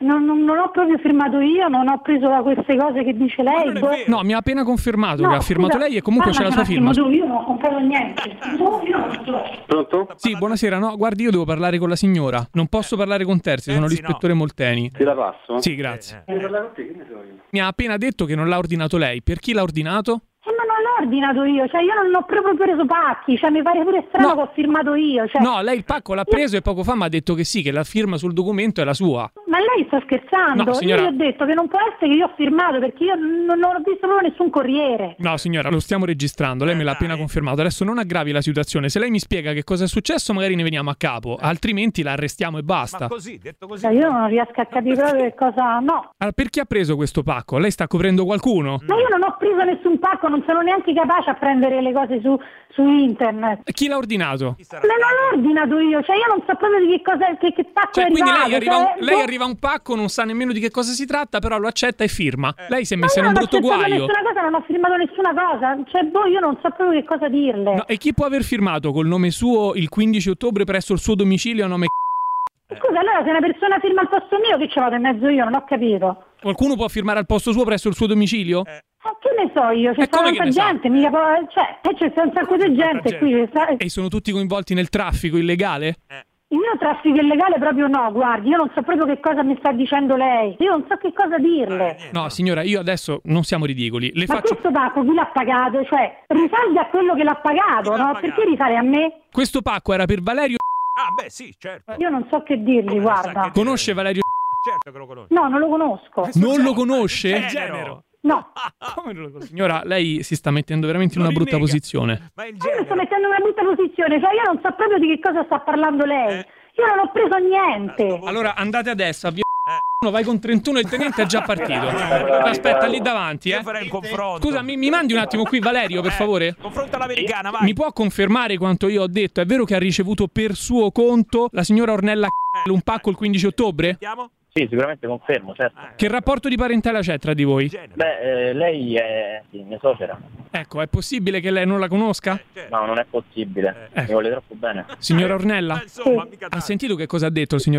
non, non, non ho proprio firmato io, non ho preso da queste cose che dice lei. Boh. No, mi ha appena confermato No, che ha firmato scusa, lei e comunque c'è la sua parlaci un firma. attimo tu, io non ho comprato niente. No, io non so. Pronto? Sì, buonasera. No, guardi, io devo parlare con la signora. Non posso parlare con terzi, sono Terzi, l'ispettore Molteni. Te la passo? Sì, grazie. Devo parlare con te, che ne so io? Mi ha appena detto che non l'ha ordinato lei. Per chi l'ha ordinato? Eh, ma non l'ho ordinato io, cioè io non ho proprio preso pacchi, cioè mi pare pure strano No. che ho firmato io. Cioè... No, lei il pacco l'ha preso e poco fa mi ha detto che sì, che la firma sul documento è la sua. Ma lei sta scherzando? No, signora. Io gli ho detto che non può essere che io ho firmato perché io non, non ho visto proprio nessun corriere. No, signora, lo stiamo registrando, lei me l'ha appena confermato. Adesso non aggravi la situazione. Se lei mi spiega che cosa è successo, magari ne veniamo a capo, altrimenti la arrestiamo e basta. Ma così, detto così. Cioè, io non riesco a capire proprio che cosa... No, Allora, per chi ha preso questo pacco? Lei sta coprendo qualcuno? ma io non ho preso nessun pacco, non sono neanche capace a prendere le cose su, su internet. Chi l'ha ordinato? Ma non l'ho ordinato io, cioè io non so proprio di che cosa, che, che pacco Cioè, è quindi arrivato. lei arriva, cioè, un, lei boh. arriva a un pacco, non sa nemmeno di che cosa si tratta, però lo accetta e firma. Eh. Lei si è Ma messa io in un non ho brutto accettato guaio. nessuna cosa, non ho firmato nessuna cosa. Cioè, boh, io non so proprio che cosa dirle. No, e chi può aver firmato col nome suo il quindici ottobre presso il suo domicilio a nome Scusa, allora se una persona firma al posto mio, che ci vado in mezzo io? Non ho capito. Qualcuno può firmare al posto suo presso il suo domicilio? Ma che ne so io? C'è E come tanta che ne sa? gente, mica può... Cioè, eh, c'è un sacco di gente qui. Che sta... E sono tutti coinvolti nel traffico illegale? Il mio traffico illegale proprio no, guardi, io non so proprio che cosa mi sta dicendo lei. Io non so che cosa dirle. No, signora, io adesso non siamo ridicoli. Le Ma faccio questo pacco chi l'ha pagato? Cioè, risalga a quello che l'ha pagato, no? Perché risale a me? Questo pacco era per Valerio. Ah, beh, sì, certo. Io non so che dirgli, guarda. Conosce Valerio? Certo che lo conosco. No, non lo conosco. Non lo conosce? Genero. No. Come non lo conosce? Signora, lei si sta mettendo veramente in una brutta posizione. Ma il Io mi sto mettendo in una brutta posizione, cioè io non so proprio di che cosa sta parlando lei. Io non ho preso niente. Allora andate adesso, avvia uno, vai con trentuno e il tenente è già partito. Aspetta lì davanti, eh. Io farei il confronto. Scusa, mi, mi mandi un attimo qui Valerio, per favore? Confronta l'americana, vai. Mi può confermare quanto io ho detto? È vero che ha ricevuto per suo conto la signora Ornella un pacco il quindici ottobre? Sì, sicuramente confermo, certo. Che rapporto di parentela c'è tra di voi? Beh, eh, lei è sì, mia suocera. Ecco, è possibile che lei non la conosca? No, non è possibile. Eh. Mi vuole troppo bene. Signora Ornella? Sì. Ha sentito che cosa ha detto il signor?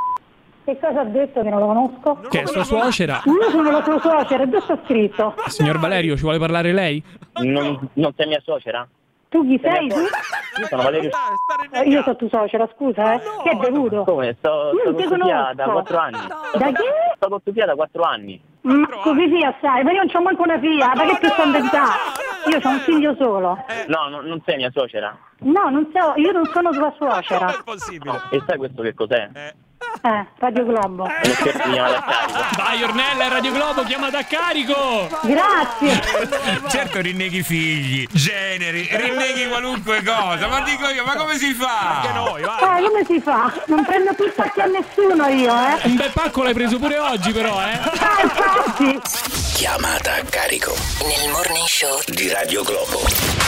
Che cosa ha detto che non lo conosco? Che è sua suocera? Io sono la sua suocera, dove sta scritto? Signor Valerio, ci vuole parlare lei? Non, non sei mia suocera? Tu chi sei? Tu? Io sono Valerio. Eh, io sono tua suocera, scusa, eh. Che è bevuto? Come? Sto, Io sto non ti con tua figlia conosco. da quattro anni. Da che? Sto con tua figlia da quattro anni. Ma così figlia sai, ma io non c'ho manco una figlia, ma che ti sto inventando? Io ho un figlio solo. No, no, non sei mia suocera. No, non so, io non sono tua suocera. È possibile. E sai questo che cos'è? Eh, Radio Globo. Uno scherzo di chiamata a carico. Vai Ornella, è Radio Globo, chiamata a carico! Grazie. Certo rinneghi figli, generi, rinneghi qualunque cosa, ma dico io, ma come si fa? Anche noi, vai. Eh, come si fa? Non prendo più pacchi a nessuno io, eh. Un bel pacco l'hai preso pure oggi però, eh? Ah, infatti. Chiamata a carico nel morning show di Radio Globo.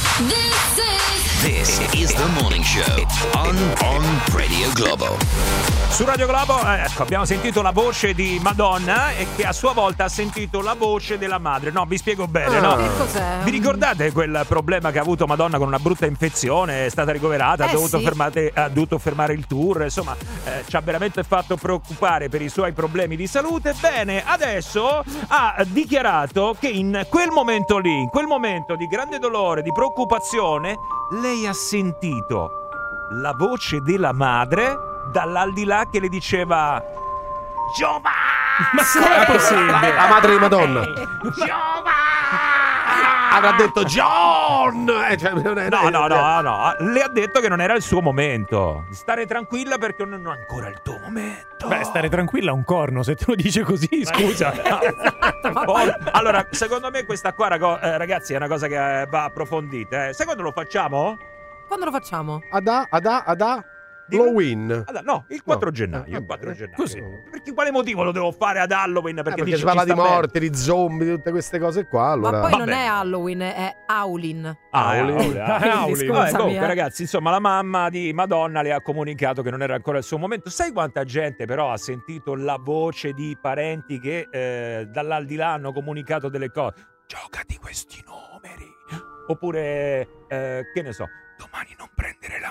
This is the morning show on, on Radio Globo. Su Radio Globo, eh, ecco, abbiamo sentito la voce di Madonna e che a sua volta ha sentito la voce della madre. No, vi spiego bene, Ah. no? Che cos'è? Vi ricordate quel problema che ha avuto Madonna con una brutta infezione? È stata ricoverata, ha, Eh, dovuto sì. fermate- ha dovuto fermare il tour, insomma, eh, ci ha veramente fatto preoccupare per i suoi problemi di salute. Bene, adesso ha dichiarato che in quel momento lì, in quel momento di grande dolore, di preoccupazione, lei ha sentito la voce della madre dall'aldilà che le diceva Giova! Ma com'è possibile? La madre di Madonna. Avrà detto John! Eh, cioè, non è- No, no, no, no, le ha detto che non era il suo momento. Stare tranquilla perché non è ancora il tuo momento. Beh, stare tranquilla è un corno, se te lo dice così, scusa. Oh, allora, secondo me questa qua, rago- eh, ragazzi, è una cosa che eh, va approfondita. Eh. Secondo lo facciamo? Quando lo facciamo? Ada, ada, ada, Halloween. Allora, no, il quattro No. gennaio. Ah, il quattro vabbè, gennaio. così. Perché quale motivo lo devo fare ad Halloween? Perché, Eh, perché dice si parla ci di sta bene. morte, di zombie, di tutte queste cose qua. Allora... Ma poi non Vabbè. è Halloween, è Howlin. Ah, Auli. Auli, ah, Quindi, Auli. scusami, Vabbè, comunque, eh. ragazzi, insomma, la mamma di Madonna le ha comunicato che non era ancora il suo momento. Sai quanta gente però ha sentito la voce di parenti che eh, dall'aldilà hanno comunicato delle cose? Giocati questi numeri. Oppure, eh, che ne so, domani non prendere la macchina.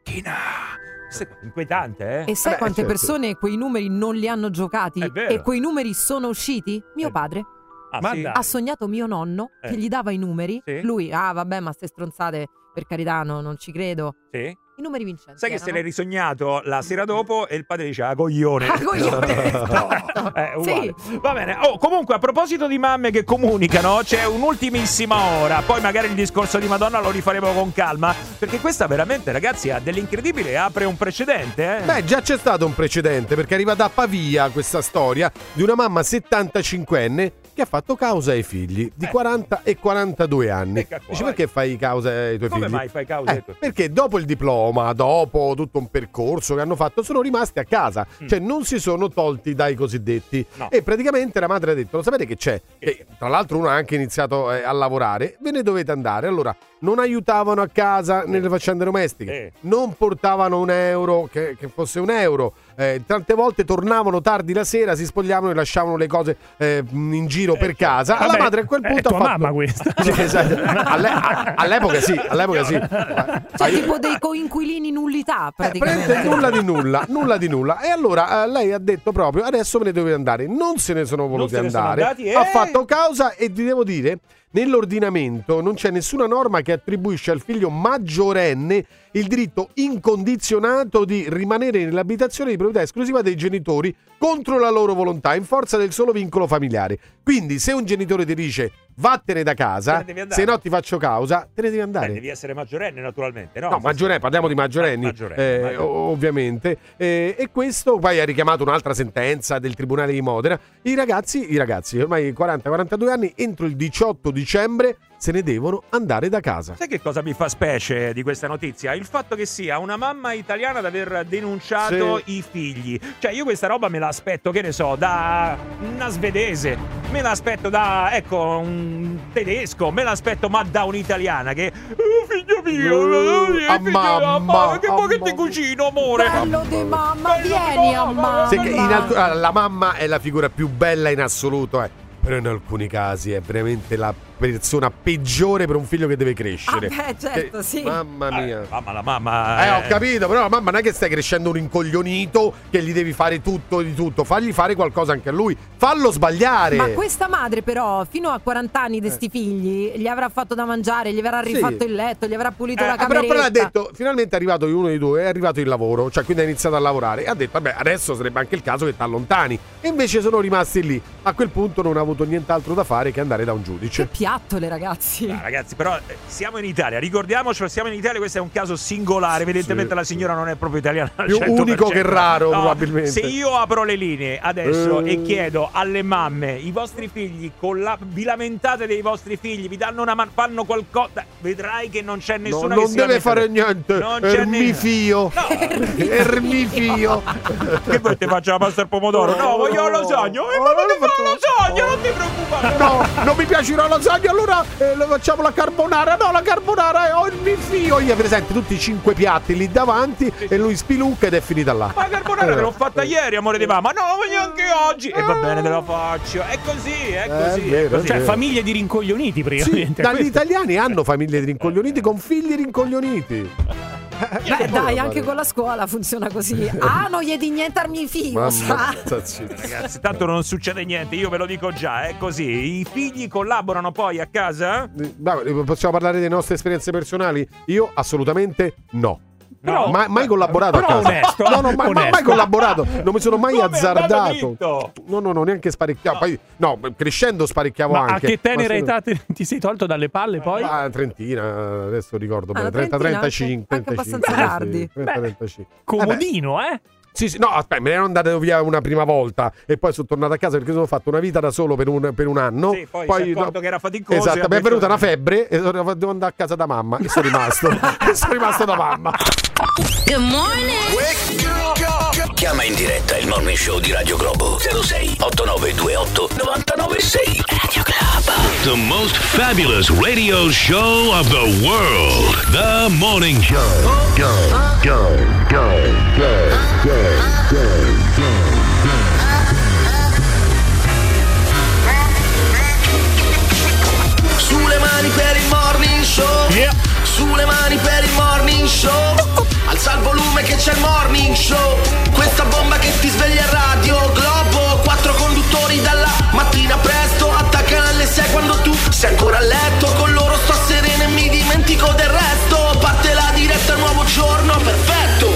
macchina. Questo è inquietante, eh? E sai Vabbè, quante certo. persone quei numeri non li hanno giocati? È vero. E quei numeri sono usciti? Mio padre. Ah, Ma sì? dai. Ha sognato mio nonno Eh. che gli dava i numeri. Sì. Lui, ah vabbè, ma ste stronzate, per carità, no, non ci credo. Sì? I numeri vincenti. Sai che se erano. l'hai risognato la sera dopo e il padre dice ah coglione. Ah, coglione. Eh, uguale. Va bene. Oh, comunque a proposito di mamme che comunicano, c'è un'ultimissima ora. Poi magari il discorso di Madonna lo rifaremo con calma, perché questa veramente, ragazzi, ha dell'incredibile e apre un precedente, eh? Beh, già c'è stato un precedente, perché arriva da Pavia questa storia di una mamma settantacinquenne che ha fatto causa ai figli di quaranta e quarantadue anni. Ecco qua, Dici, vai. perché fai causa ai tuoi Come figli? mai fai causa ai Eh, tuoi figli? perché dopo il diploma, dopo tutto un percorso che hanno fatto, sono rimasti a casa, Mm. cioè non si sono tolti dai cosiddetti. No. E praticamente la madre ha detto: lo sapete che c'è? Che, tra l'altro uno ha anche iniziato eh, a lavorare, ve ne dovete andare. Allora non aiutavano a casa nelle faccende domestiche, Eh. non portavano un euro, che, che fosse un euro. Eh, tante volte tornavano tardi la sera, si spogliavano e lasciavano le cose eh, in giro per casa. Vabbè, la madre a quel è punto tua ha fatto... mamma questa. Sì, esatto. Alle- a- all'epoca sì, all'epoca sì. Cioè, tipo dei coinquilini nullità, Eh, praticamente. praticamente nulla di nulla, nulla di nulla. E allora eh, lei ha detto proprio: adesso ve ne dovete andare. Non se ne sono voluti se ne sono andare. andati e- Ha fatto causa e ti devo dire, nell'ordinamento non c'è nessuna norma che attribuisce al figlio maggiorenne il diritto incondizionato di rimanere nell'abitazione di proprietà esclusiva dei genitori contro la loro volontà, in forza del solo vincolo familiare. Quindi se un genitore ti dice vattene da Te casa, ne devi andare. se no ti faccio causa, te ne devi andare. Beh, devi essere maggiorenne naturalmente, no? No, maggiorenni, parliamo di maggiorenni, Maggiorenni, eh, maggiorenni. o- ovviamente. Eh, e questo poi ha richiamato un'altra sentenza del Tribunale di Modena. I ragazzi, i ragazzi ormai quaranta quarantadue anni, entro il diciotto dicembre se ne devono andare da casa. Sai che cosa mi fa specie di questa notizia? Il fatto che sia una mamma italiana ad aver denunciato Sì. i figli. Cioè io questa roba me la aspetto, che ne so, da una svedese, me la aspetto da, ecco, un tedesco, me la aspetto ma da un'italiana che oh, figlio mio, Uh, figlio, a mamma, mamma, che a poi che ti mamma. cucino, amore. Bello di mamma, Bello di vieni a mamma. mamma. Se che in alc- allora, la mamma è la figura più bella in assoluto, eh. Però in alcuni casi è veramente la persona peggiore per un figlio che deve crescere. Ah, beh, certo, Che- sì. Mamma mia. Eh, mamma, la mamma. Eh, ho capito, però la mamma non è che stai crescendo un incoglionito che gli devi fare tutto di tutto. Fagli fare qualcosa anche a lui. Fallo sbagliare. Ma questa madre però, fino a quaranta anni di sti figli, gli avrà fatto da mangiare, gli avrà Sì. rifatto il letto, gli avrà pulito Eh, la però, cameretta. però ha detto, finalmente è arrivato uno dei due, è arrivato il lavoro, cioè quindi ha iniziato a lavorare e ha detto, vabbè, adesso sarebbe anche il caso che ti allontani. E invece sono rimasti lì. A quel punto non ha avuto nient'altro da fare che andare da un giudice. Che piattole, ragazzi. Ah, ragazzi, però eh, siamo in Italia, ricordiamocelo, siamo in Italia, questo è un caso singolare, evidentemente Sì, la signora non è proprio italiana al Più cento per cento. unico che raro, probabilmente. Se io apro le linee adesso Eh. e chiedo alle mamme, i vostri figli, con la, vi lamentate dei vostri figli, vi danno una mano, fanno qualcosa, vedrai che non c'è No, nessuna non che si va a deve fare mettere- niente. Non c'è Ermifio. Ermifio. Che poi ti faccio la pasta al pomodoro? No, voglio la lasagna. Eh, ma non fare la lasagna, non ti preoccupare. No, non mi piace la lasagna, allora eh, lo facciamo la carbonara. No, la carbonara è ho il mifio. Gli presente tutti i cinque piatti lì davanti e lui spilucca ed è finita là. Ma la carbonara te l'ho fatta Eh. ieri, amore di mamma. No, voglio anche oggi. E va bene, te la faccio. È così, è così. È vero, è così. è Cioè, vero. famiglie di rincoglioniti, Sì, praticamente. dagli Questo- italiani hanno famiglie di rincoglioniti con figli rincoglioniti. Beh, dai, anche con la scuola funziona così. Ah, non gli di niente armi figlio, sa? Ragazzi, tanto non succede niente, io ve lo dico già, è così. I figli collaborano poi a casa? Vabbè, possiamo parlare delle nostre esperienze personali? Io assolutamente no. No. Ma- mai collaborato Però a casa. onesto, No, no, ma- ma onesto. mai collaborato. Non mi sono mai Come è andato azzardato. dritto? No, no, no, neanche sparecchiavo. Poi, no, crescendo sparecchiavo Ma anche. a che tenera Ma età te- ti sei tolto dalle palle poi? Ah, trentina, adesso ricordo Ah, bene. una trenta trentina, trentacinque. anche- anche abbastanza tardi. trenta Beh, trentacinque. Comodino, eh? Sì, sì, no, aspetta, me ne ero andato via una prima volta e poi sono tornato a casa perché sono fatto una vita da solo per un, per un anno. Sì, poi si è accorto che era faticoso Esatto, e mi ha è detto- venuta una febbre e sono- devo andare a casa da mamma e sono rimasto. e sono rimasto da mamma. Good morning. Chiama in diretta il Morning Show di Radio Globo zero sei otto nove due otto nove nove sei Radio Globo. The most fabulous radio show of the world. The Morning Show. Go, go, go, go, go, go, Sulle mani per il morning show. Sulle mani per il morning show. Alza il Se ancora a letto con loro sto sereno e mi dimentico del resto. Parte la diretta, nuovo giorno, perfetto.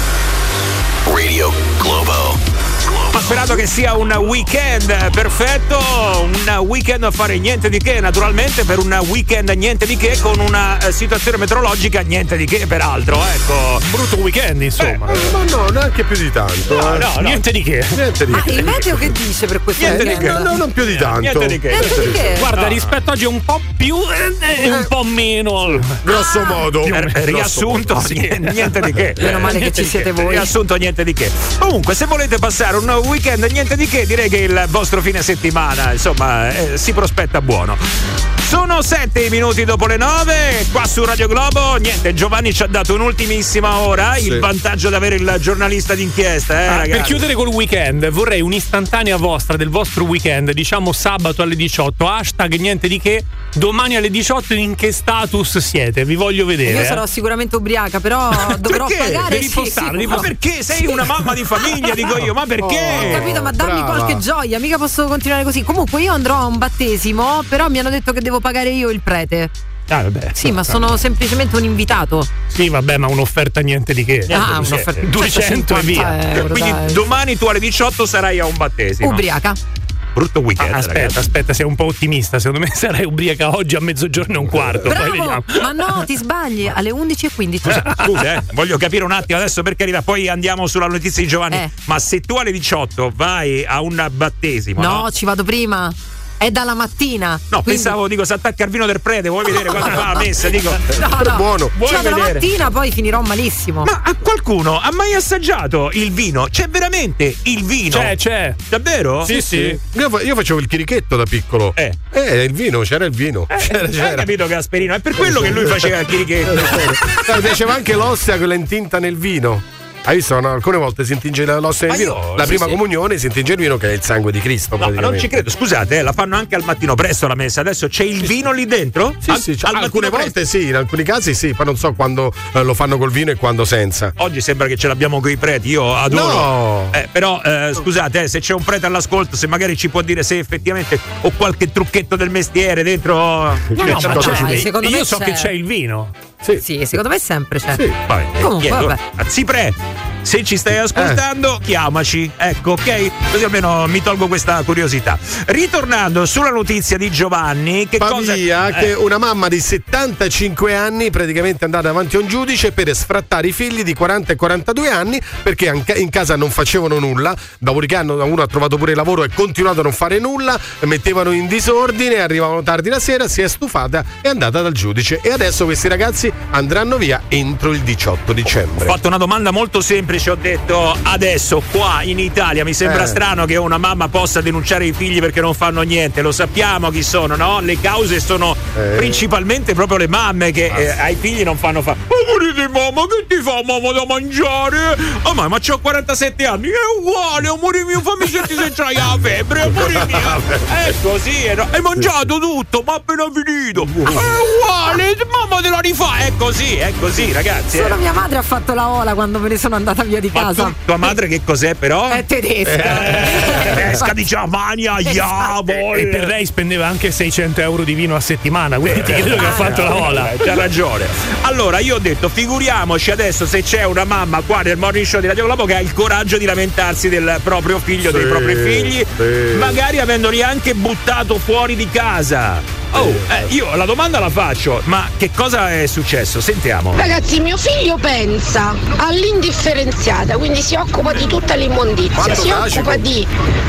Radio Globo. Ma sperato che sia un weekend perfetto, un weekend a fare niente di che, naturalmente per un weekend niente di che con una situazione meteorologica niente di che peraltro, ecco. Brutto weekend insomma. Eh, ma no, neanche più di tanto. No, eh. no, no. Niente di che. Niente di Ah, che. il meteo che dice per questo Niente di weekend? che. No, no, non più di tanto. Niente di che. Niente di che. Guarda, No. rispetto a oggi è un po' più e un po' meno. Grosso modo. Eh, riassunto, Grosso modo. niente, niente di che. Meno male che ci siete voi. Riassunto, niente di che. Comunque, se volete passare un weekend niente di che, direi che il vostro fine settimana, insomma, eh, si prospetta buono. Sono sette minuti dopo le nove, qua su Radio Globo. Niente, Giovanni ci ha dato un'ultimissima ora. Sì. Il vantaggio di avere il giornalista d'inchiesta, eh, Ah, ragazzi. per chiudere col weekend vorrei un'istantanea vostra del vostro weekend, diciamo sabato alle diciotto, hashtag niente di che, domani alle diciotto in che status siete? Vi voglio vedere. Io eh. sarò sicuramente ubriaca, però dovrò Perché? pagare. Devi sì, postare, sì, devi Ma perché sei una mamma di famiglia, dico io, ma perché? Ho capito, ma dammi brava. qualche gioia, mica posso continuare così. Comunque io andrò a un battesimo, però mi hanno detto che devo pagare io il prete. Ah, vabbè. Sì, ma sono semplicemente un invitato. Sì, vabbè, ma un'offerta niente di che. Ah, di un'offerta duecento e via. centocinquanta euro, Quindi dai. domani tu alle diciotto sarai a un battesimo. Ubriaca. Brutto weekend, Ah, aspetta, ragazzi. aspetta, sei un po' ottimista. Secondo me sarai ubriaca oggi a mezzogiorno e un quarto. Poi vediamo. Bravo! Ma no, ti sbagli, alle undici e quindici. Scusa, eh, voglio capire un attimo adesso, per carità, poi andiamo sulla notizia di Giovanni. Eh. Ma se tu alle diciotto vai a un battesimo, no? No, ci vado prima. È dalla mattina. No, quindi- pensavo, dico, si attacca al vino del prete, vuoi vedere quanto fa la messa? Dico, No, no. buono. vuoi Ci vado la vedere? mattina, poi finirò malissimo. Ma a qualcuno ha mai assaggiato il vino? C'è veramente il vino? C'è, c'è. Davvero? Sì, sì. Io, fa- io facevo il chirichetto da piccolo. Eh. Eh, il vino, c'era il vino. Eh, C'era, Hai c'era. capito Gasperino? È per quello che lui faceva il chirichetto. No, mi piaceva anche l'ostia quella intinta nel vino. Hai visto? No? Alcune volte si intinge l'ostia nel Ma vino. io- La sì, prima sì. comunione si intinge il vino, che è il sangue di Cristo. No, ma non praticamente. ci credo. Scusate, eh, la fanno anche al mattino presto la messa. Adesso c'è il vino lì dentro? Sì, Al- sì, cioè, al alcune mattino volte presto? sì, in alcuni casi sì, poi non so quando eh, lo fanno col vino e quando senza. Oggi sembra che ce l'abbiamo coi preti, io adoro. No! Eh, però eh, scusate, eh, se c'è un prete all'ascolto, se magari ci può dire se effettivamente ho qualche trucchetto del mestiere dentro. No, no, Dentro ma cosa c'è, ci dici? secondo Io me so c'è. che c'è il vino. Sì. Sì, secondo me sempre c'è. Sì. Vabbè, Comunque, chiedo, vabbè. Zipre, se ci stai ascoltando, chiamaci, ecco, ok? Così almeno mi tolgo questa curiosità. Ritornando sulla notizia di Giovanni, che Pavia, cosa. che eh, una mamma di settantacinque anni praticamente è andata davanti a un giudice per sfrattare i figli di quaranta e quarantadue anni perché anche in casa non facevano nulla, dopodiché hanno- uno ha trovato pure lavoro e continuato a non fare nulla, mettevano in disordine, arrivavano tardi la sera, si è stufata e è andata dal giudice e adesso questi ragazzi andranno via entro il diciotto dicembre. Ho fatto una domanda molto semplice, ho detto adesso qua in Italia mi sembra Eh. strano che una mamma possa denunciare i figli perché non fanno niente, lo sappiamo chi sono, no? Le cause sono Eh. principalmente proprio le mamme che eh, ai figli non fanno fare. Amore di mamma, che ti fa mamma da mangiare? Oh ma, ma c'ho quarantasette anni, è uguale, amore mio, fammi sentire se c'hai la febbre, amore mio. È così, eh, no? Hai mangiato tutto, ma appena finito. È uguale, mamma te la rifà, è così, è così ragazzi. Solo eh. mia madre ha fatto la ola quando me ne sono andata via di Ma casa. tu- tua madre che cos'è però? È tedesca. Eh, tedesca di Germania, diavolo. E per lei spendeva anche seicento euro di vino a settimana, quindi ti credo che ha fatto la ola. Eh, C'ha ragione. Allora, io ho detto, figuriamoci adesso se c'è una mamma qua nel morning show di Radio Globo che ha il coraggio di lamentarsi del proprio figlio, dei Sì, propri figli, sì. magari avendoli anche buttato fuori di casa. Oh, eh, io la domanda la faccio, ma che cosa è successo? Sentiamo. Ragazzi, mio figlio pensa all'indifferenziata, quindi si occupa di tutta l'immondizia, Quanto si tragico. occupa di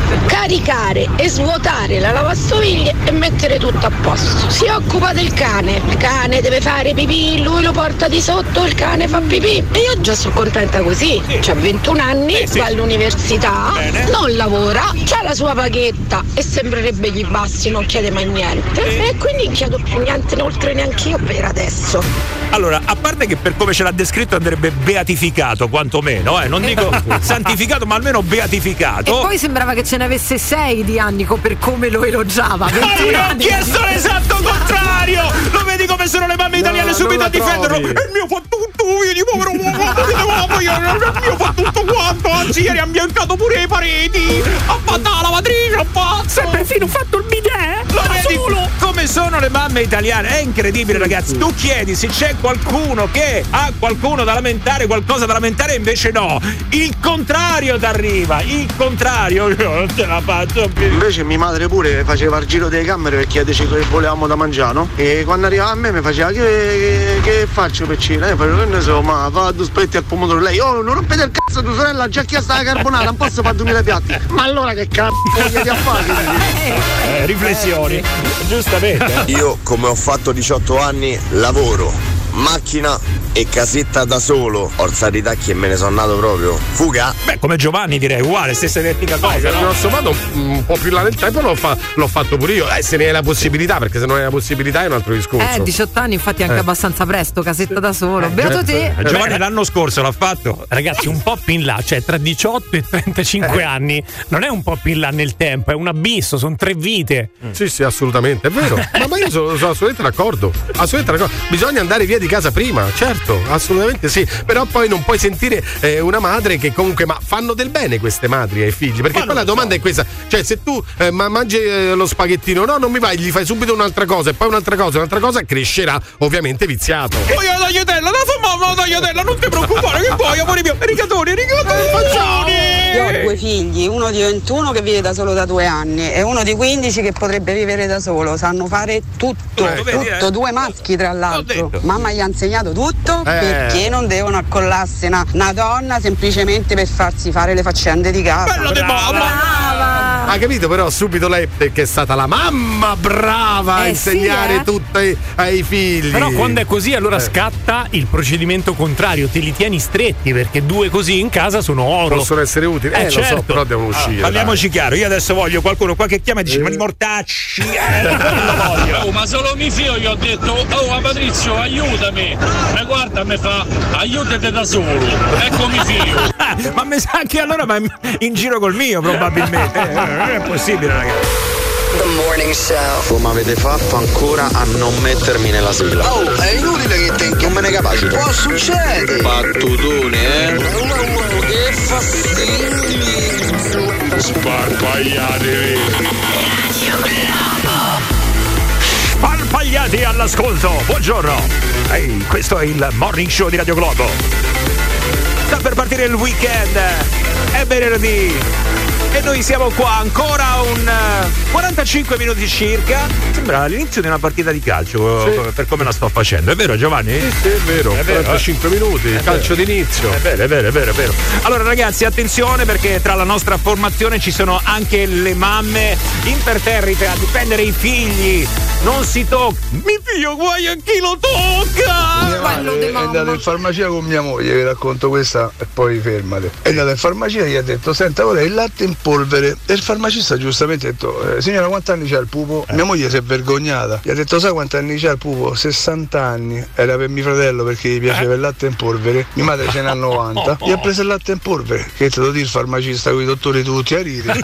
caricare e svuotare la lavastoviglie e mettere tutto a posto. Si occupa del cane, il cane deve fare pipì, lui lo porta di sotto, il cane fa pipì. E io già sono contenta così. C'ha ventuno anni, Eh, sì. va all'università, Bene. non lavora, c'ha la sua paghetta e sembrerebbe gli bassi, non chiede mai niente. E quindi non chiedo più niente, oltre neanche io per adesso. Allora, a parte che per come ce l'ha descritto andrebbe beatificato, quantomeno, eh, non dico santificato, ma almeno E beatificato. poi sembrava che ce ne avesse sei di anni co- per come lo elogiava. Ah, ventuno io ho anni. chiesto l'esatto contrario! Lo vedi come sono le mamme italiane No, subito non a la difenderlo? trovi. E il mio fa tutto, vedi, povero uomo, uomo, io, il mio fa tutto quanto, anzi ieri ha ambientato pure le pareti, ha fatto la lavatrice, ha fatto! Si è perfino fatto il bidet! Lo da vedi solo! come Dove sono le mamme italiane? È incredibile, ragazzi. Tu chiedi se c'è qualcuno che ha qualcuno da lamentare, qualcosa da lamentare, invece no. Il contrario t'arriva, il contrario. Io non ce la faccio più. Invece mia madre pure faceva il giro delle camere per chiederci che volevamo da mangiare, no? E quando arrivava a me mi faceva che, che, che faccio per cena? Io facevo, che ne so, ma fa due spetti al pomodoro. Lei, oh, non rompete il cazzo, tua sorella ha già chiesto la carbonara, non posso fare duemila piatti. Ma allora che cazzo voglio a fare? Eh, riflessioni, giustamente. Io, come ho fatto diciotto anni, lavoro, macchina e casetta da solo. Orsa di tacchi e me ne sono andato proprio. Fuga? Beh, come Giovanni direi, uguale, stessa identica cosa. No, no? grosso modo un po' più là nel tempo l'ho, fa- l'ho fatto pure io. Eh, se ne è la possibilità, perché se non è la possibilità è un altro discorso. Eh, diciotto anni, infatti anche Eh. abbastanza presto, casetta da solo. Beato te. Eh, Giovanni l'anno scorso l'ha fatto. Ragazzi, un po' più in là, cioè tra diciotto e trentacinque Eh. anni, non è un po' più in là nel tempo, è un abisso, sono tre vite. Sì, sì, assolutamente, è vero. ma, ma io sono, sono assolutamente d'accordo. Assolutamente d'accordo. Bisogna andare via di casa prima, certo, assolutamente sì. Però poi non puoi sentire eh, una madre che comunque, ma fanno del bene queste madri ai figli? Perché Ma poi la non lo domanda so. è questa: cioè, se tu eh, ma mangi eh, lo spaghettino, no, non mi vai, gli fai subito un'altra cosa e poi un'altra cosa, un'altra cosa, crescerà ovviamente viziato. Poi la tagliatella, la tua mamma la tagliatella, non ti preoccupare, che vuoi, amore mio, rigatoni, rigatoni, facciamo. Io ho due figli, uno di ventuno che vive da solo da due anni e uno di quindici che potrebbe vivere da solo. Sanno fare tutto, Eh, vedi, tutto, eh. due maschi tra l'altro. detto. Mamma gli ha insegnato tutto Eh. perché non devono accollarsi una, una donna semplicemente per farsi fare le faccende di casa. Bella di mamma. Ha capito, però subito lei, che è stata la mamma brava a Eh, insegnare sì, eh. tutto ai, ai figli. Però quando è così allora Eh. scatta il procedimento contrario, te li tieni stretti perché due così in casa sono oro. possono essere utili, eh, Eh, lo certo. so, però devono uscire. Parliamoci chiaro, io adesso voglio qualcuno qua che chiama e dice: ma i mortacci, eh, lo voglio. Oh, ma solo mio figlio gli ho detto, oh ma Patrizio aiutami, e guarda mi fa, aiutate da solo, ecco mio figlio. Ma mi sa che allora va in giro col mio probabilmente. Eh, non è possibile, ragazzi. The Morning Show. Come avete fatto ancora a non mettermi nella sigla? Oh, è inutile che te Non me ne capacito. può succedere. Battutone, eh? Che fastidio. Sparpagliate. Sparpagliati all'ascolto, buongiorno. Ehi, questo è il Morning Show di Radio Globo. Sta per partire il weekend, è venerdì e noi siamo qua ancora un eh, quarantacinque minuti circa. Sembra l'inizio di una partita di calcio, Sì. per come la sto facendo. È vero, Giovanni? Sì, sì, è vero. È vero, quarantacinque minuti, È calcio vero. d'inizio. È vero, è vero, è vero, è vero. Allora ragazzi, attenzione, perché tra la nostra formazione ci sono anche le mamme imperterrite a difendere i figli. Non si tocca. Mi figlio, guai a chi lo tocca! Quello di È mamma. andato in farmacia con mia moglie, vi racconto questa e poi fermate. È andato in farmacia e gli ha detto: senta, vorrei il latte in polvere. E il farmacista giustamente ha detto: eh, signora, quanti anni c'ha il pupo? Mia moglie si è vergognata. Gli ha detto: sai quanti anni c'ha il pupo? sessanta anni. Era per mio fratello perché gli piaceva il latte in polvere. Mia madre ce n'ha novanta. Gli ha preso il latte in polvere. Che te lo dice il farmacista con i dottori tutti a ride? Eh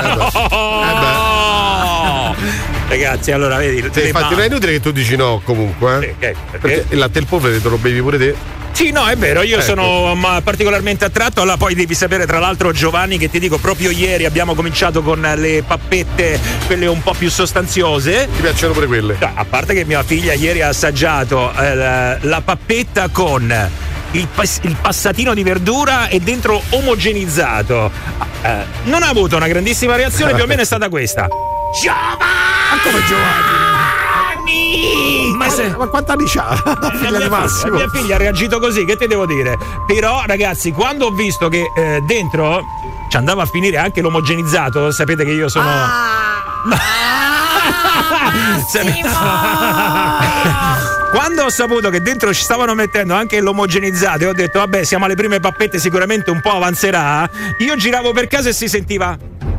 Oh! Ragazzi, allora vedi. Sì, le infatti mamme- non è inutile che tu dici no comunque, eh? Sì, ok, perché? Perché il latte e il polvere te lo bevi pure te. Sì, no, è vero, io Ecco. sono ma, particolarmente attratto. Allora, poi devi sapere, tra l'altro, Giovanni, che ti dico, proprio ieri abbiamo cominciato con le pappette, quelle un po' più sostanziose. Ti piacciono pure quelle? Cioè, a parte che mia figlia ieri ha assaggiato eh, la, la pappetta con il, pas- il passatino di verdura e dentro omogenizzato. Eh, non ha avuto una grandissima reazione, più o meno è stata questa. Giovanni! Ma come Giovanni? Ma, se... ma quanti anni c'ha? La figlia mia di Massimo. Mia figlia ha reagito così, che te devo dire? Però, ragazzi, quando ho visto che eh, dentro ci andava a finire anche l'omogenizzato, sapete che io sono. Quando ho saputo che dentro ci stavano mettendo anche l'omogenizzato e ho detto vabbè, siamo alle prime pappette, sicuramente un po' avanzerà, io giravo per casa e si sentiva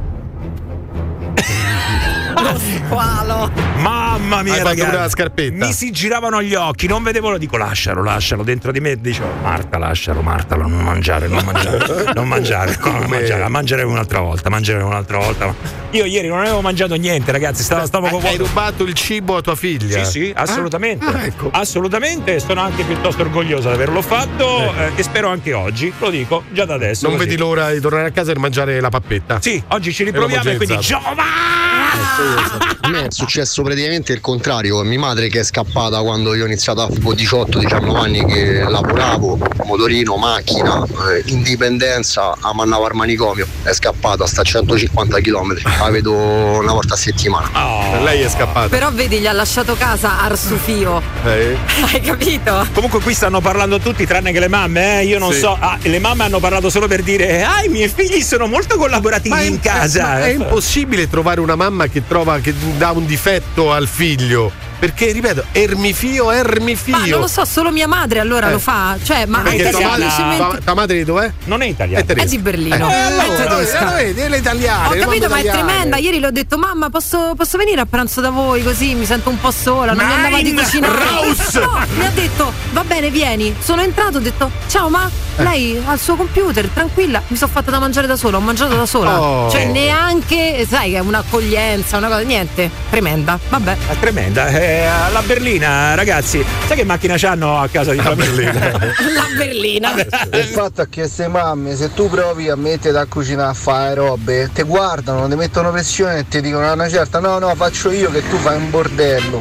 Lo squalo. mamma mia, Hai fatto pure ragazzi, la scarpetta. mi si giravano gli occhi, non vedevo, lo dico lascialo, lascialo dentro di me, dicevo Marta lascialo, Marta non mangiare, non mangiare, non mangiare, non mangiare, mangeremo un'altra volta, mangeremo un'altra volta. Io ieri non avevo mangiato niente, ragazzi, stavo, stavo con Hai rubato il cibo a tua figlia? Sì, sì, assolutamente. Ah, ecco. Assolutamente, sono anche piuttosto orgoglioso di averlo fatto eh, e spero anche oggi, lo dico già da adesso. Non così. vedi l'ora di tornare a casa e mangiare la pappetta? Sì, oggi ci riproviamo e quindi Omogenizzato. Giovanni! A me è successo praticamente il contrario, mia madre che è scappata quando io ho iniziato a tipo diciotto diciannove anni che lavoravo, motorino, macchina, eh, indipendenza, a mandavo al manicomio, è scappata, sta a centocinquanta chilometri, la vedo una volta a settimana. Oh. Lei è scappata. Però vedi, gli ha lasciato casa Arsufio. Eh. Hai capito? Comunque qui stanno parlando tutti tranne che le mamme, eh? Io non Sì. so, ah, le mamme hanno parlato solo per dire ah, i miei figli sono molto collaborativi Ma è, in casa. ma è impossibile trovare una mamma che trova che dà un difetto al figlio. Perché, ripeto, ermifio, ermifio. Ma non lo so, solo mia madre allora Eh. lo fa. Cioè, ma Perché anche tua madre, semplicemente. tua, tua madre di dov'è? Non è italiana. È tedesca. È di Berlino. Eh, È allora, tedesca. allora, vedi, è l'italiana. Ho le capito, ma mamme è italiane. tremenda. Ieri le ho detto, mamma, posso, posso venire a pranzo da voi? Così mi sento un po' sola. Non mi andava di Nein, cucinare. raus! No, mi ha detto, va bene, vieni. Sono entrato, ho detto, ciao, ma lei al suo computer, tranquilla. Mi sono fatta da mangiare da sola, ho mangiato da sola. Oh. Cioè, neanche, sai, è un'accoglienza, una cosa, niente. Tremenda. Vabbè. È tremenda. Eh, la Berlina, ragazzi, sai che macchina c'hanno a casa di famiglia? La Berlina. Il fatto è che queste mamme, se tu provi a mettere a cucinare a fare robe, ti guardano, ti mettono pressione e ti dicono a una certa no no faccio io che tu fai un bordello.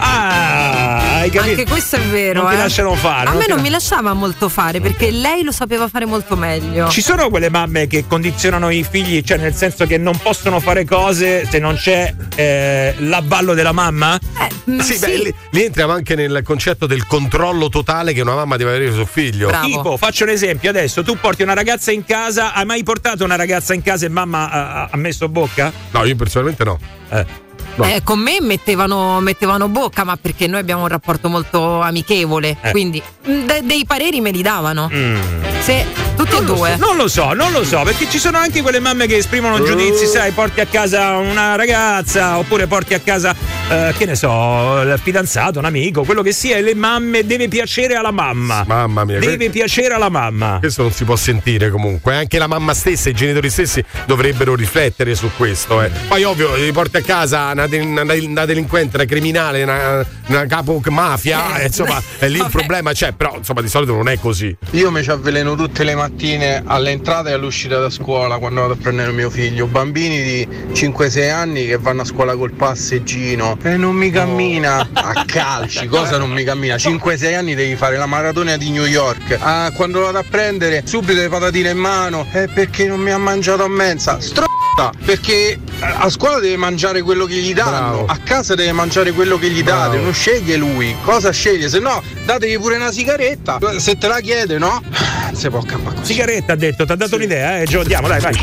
Ah, hai capito? Anche questo è vero. Non ti eh. lasciano fare. A non me ti non la- mi lasciava molto fare perché lei lo sapeva fare molto meglio. Ci sono quelle mamme che condizionano i figli, cioè nel senso che non possono fare cose se non c'è eh, l'avvallo della mamma? Mm, Sì, beh, lì, lì entriamo anche nel concetto del controllo totale che una mamma deve avere sul figlio. Tipo, faccio un esempio adesso, tu porti una ragazza in casa, hai mai portato una ragazza in casa e mamma ha, ha messo bocca? No, io personalmente no. Eh. No. Eh, con me mettevano, mettevano bocca, ma perché noi abbiamo un rapporto molto amichevole, Eh. quindi mm, de- dei pareri me li davano. Mm. Se, tutti e due. Non lo so, non lo so, perché ci sono anche quelle mamme che esprimono giudizi, sai, porti a casa una ragazza oppure porti a casa, eh, che ne so, il fidanzato, un amico, quello che sia, e le mamme deve piacere alla mamma. Mamma mia. Deve que- piacere alla mamma. Questo non si può sentire comunque. Anche la mamma stessa, i genitori stessi dovrebbero riflettere su questo. Eh. Poi ovvio, li porti a casa una, de- una, una delinquente, una criminale, una, una capo mafia, eh, insomma, e lì il problema c'è, però insomma di solito non è così. Io mi ci avveleno tutte le mattine all'entrata e all'uscita da scuola quando vado a prendere mio figlio. Bambini di cinque sei anni che vanno a scuola col passeggino e non mi cammina. A calci, cosa non mi cammina? cinque sei anni devi fare la maratona di New York. Ah, quando vado a prendere subito le patatine in mano. Eh, perché non mi ha mangiato a mensa? Stro- perché a scuola deve mangiare quello che gli danno, Bravo. a casa deve mangiare quello che gli date, Bravo. non sceglie lui cosa sceglie, se no dategli pure una sigaretta, se te la chiede, no? Si può campare così. Sigaretta ha detto, ti ha dato un'idea, eh Gio, andiamo, dai, vai.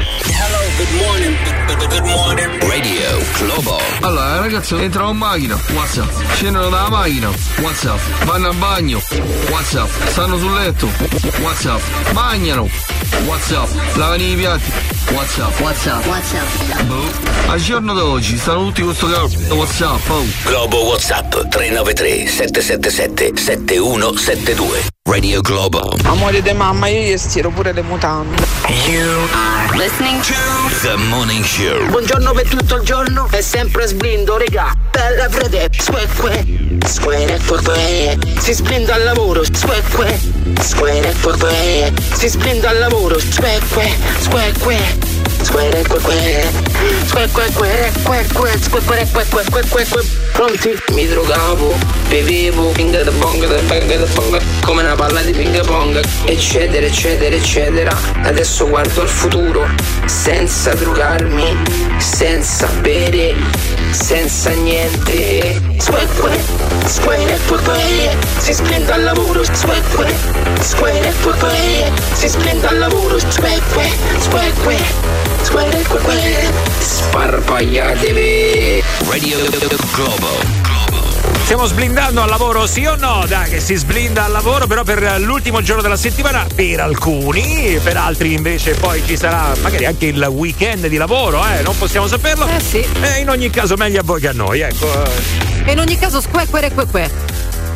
Radio Globo. Allora ragazzi, entrano in macchina, WhatsApp, scendono dalla macchina, WhatsApp, vanno al bagno, WhatsApp, stanno sul letto, WhatsApp, mangiano, WhatsApp, lavano i piatti, WhatsApp, WhatsApp, WhatsApp. Boh. Al giorno d'oggi stanno tutti con sto cazzo WhatsApp, oh. Globo WhatsApp tre nove tre sette sette sette sette uno sette due. Radio Globo. Amore di mamma, io gli stiro pure le mutande. You are listening to The Morning Show. Buongiorno per tutto il giorno è sempre sblindo, regà. Bella frate, squecque, squere, squecque. Si sblinda al lavoro, squecque, squere, squecque. Si sblinda al lavoro, squecque, squecque. Squere, squecque. Squecque, squecque, squecque, squecque, squecque, squecque, squecque. Pronti? Mi drogavo, bevevo, pinga da bonga, da bonga, da bonga, come una palla di ping pong, eccetera, eccetera, eccetera. Adesso guardo al futuro, senza drogarmi, senza bere, senza niente. Squecque, squere, squecque, si splende al lavoro, squecque, squere, squecque, si splende al lavoro, squecque, squecque, squere, squecque, sparpagliatevi. Radio Globo. Stiamo sblindando al lavoro, sì o no? Dai, che si sblinda al lavoro, però per l'ultimo giorno della settimana, per alcuni, per altri invece poi ci sarà magari anche il weekend di lavoro, eh, non possiamo saperlo. Eh sì. E in ogni caso meglio a voi che a noi, ecco. E in ogni caso squecquere queque.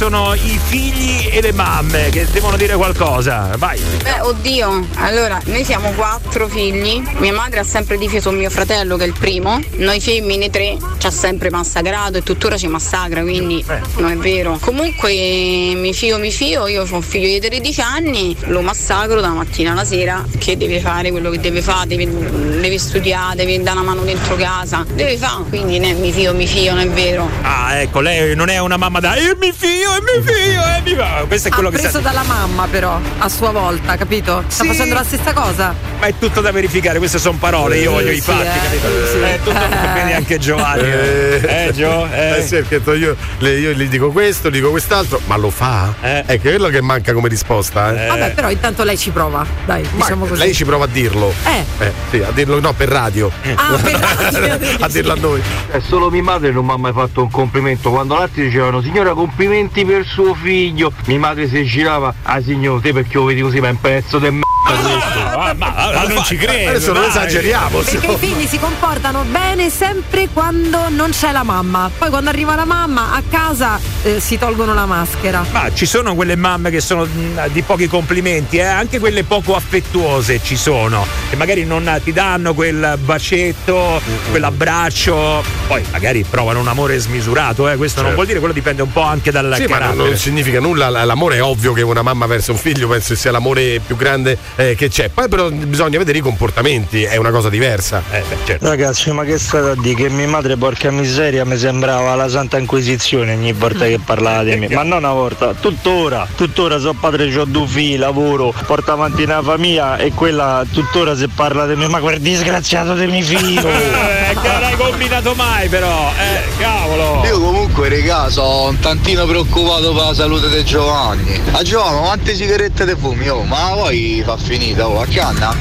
sono i figli e le mamme che devono dire qualcosa. Vai. Beh, oddio, allora, noi siamo quattro figli, mia madre ha sempre difeso mio fratello che è il primo, noi femmine tre ci ha sempre massacrato e tuttora ci massacra, quindi non è vero. Comunque mi fio, mi fio, io ho un figlio di tredici anni, lo massacro dalla mattina alla sera, che deve fare quello che deve fare, deve, deve studiare, deve dare una mano dentro casa, deve fare, quindi ne, mi fio, mi fio, non è vero. Ah, ecco, lei non è una mamma da io mi fio, e mi fio, e mi va. Questo è quello ha che preso sta... dalla mamma però, a sua volta, capito? Sta Sì. facendo la stessa cosa. Ma è tutto da verificare, queste sono parole, io voglio Sì, i fatti, eh, capito? sì. È tutto vedi anche Giovanni. Eh, eh Gio? Eh. Eh sì, perché io, le- io gli dico questo, gli dico quest'altro, ma lo fa? Eh. È che quello che manca come risposta, eh. Vabbè, però intanto lei ci prova, dai, Ma diciamo così. lei ci prova a dirlo. Eh. Eh, sì, a dirlo no, per radio. Ah, per radio. a dirlo a noi. È solo mia madre non mi ha mai fatto un complimento. Quando altri dicevano signora complimenti per suo figlio, mia madre si girava, ah signore, te perché lo vedi così, ma è un pezzo di merda questo. Ma, ma, ma non ci credo. Adesso non dai. esageriamo. Perché i figli si comportano bene sempre quando non c'è la mamma. Poi quando arriva la mamma a casa eh, si tolgono la maschera. Ma ci sono quelle mamme che sono mh, di pochi complimenti, eh? Anche quelle poco affettuose ci sono, che magari non ti danno quel bacetto, quell'abbraccio, poi magari provano un amore smisurato, eh? Questo non Certo. vuol dire, quello dipende un po' anche dal Sì, ma carattere. non, non significa nulla. L'amore è ovvio che una mamma verso un figlio penso sia l'amore più grande eh, che c'è. Poi però bisogna vedere i comportamenti, è una cosa diversa. Eh, beh, certo. Ragazzi, ma che strada di che mia madre, porca miseria, mi sembrava la Santa Inquisizione ogni volta che parlava di me. Ma non una volta, tuttora, tuttora so padre, c'ho due figli, lavoro, porto avanti una famiglia e quella tuttora se parla di me, ma quel disgraziato di mio figlio. Eh, che non hai combinato mai però, eh, cavolo. Io comunque regà sono un tantino preoccupato per la salute di Giovanni. A Giovanni quante sigarette te fumi? Oh, ma poi fa finita, oh, a canna?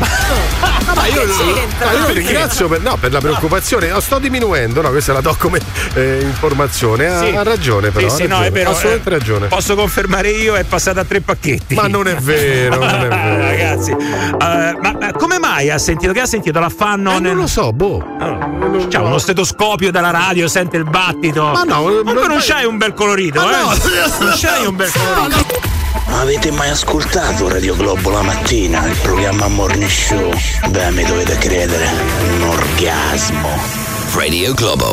Ma io, ma io ringrazio per, no, per la preoccupazione. No, sto diminuendo, no, questa la do come eh, informazione. Ha, Sì. ha ragione, però. Sì, ha sì, ragione. no, è vero. Ha assolutamente eh, ragione. Posso confermare io, è passata a tre pacchetti. Ma non è vero, non è vero. Ragazzi, eh, ma, ma come mai ha sentito? Che ha sentito? La fanno? Eh, nel... non lo so, boh. C'ha uno stetoscopio dalla radio, sente il battito. Ma no, ma non- non c'hai un bel colorito, Ma eh? no. Non c'hai un bel colorito. Avete mai ascoltato Radio Globo la mattina, il programma Morning Show? Beh, mi dovete credere, un orgasmo. Radio Globo.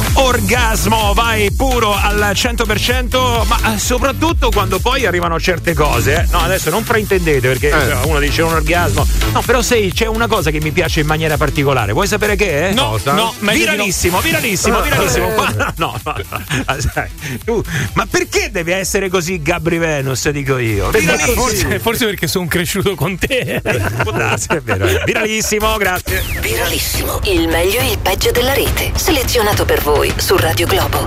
Orgasmo, vai puro al cento per cento, ma soprattutto quando poi arrivano certe cose. Eh. No, adesso non fraintendete perché Eh. uno dice un orgasmo. No, però sai, c'è una cosa che mi piace in maniera particolare. Vuoi sapere che è? No, Cosa? no, meglio di no. viralissimo, viralissimo, Ah, viralissimo. eh. Qua- No, no, no. Ah, sai, tu, ma perché deve essere così Gabri Venus, dico io? Viralissimo. Forse, forse perché sono cresciuto con te. Può darsi, è vero. eh. Viralissimo, grazie. Viralissimo, il meglio e il peggio della rete, selezionato per voi su Radio Globo.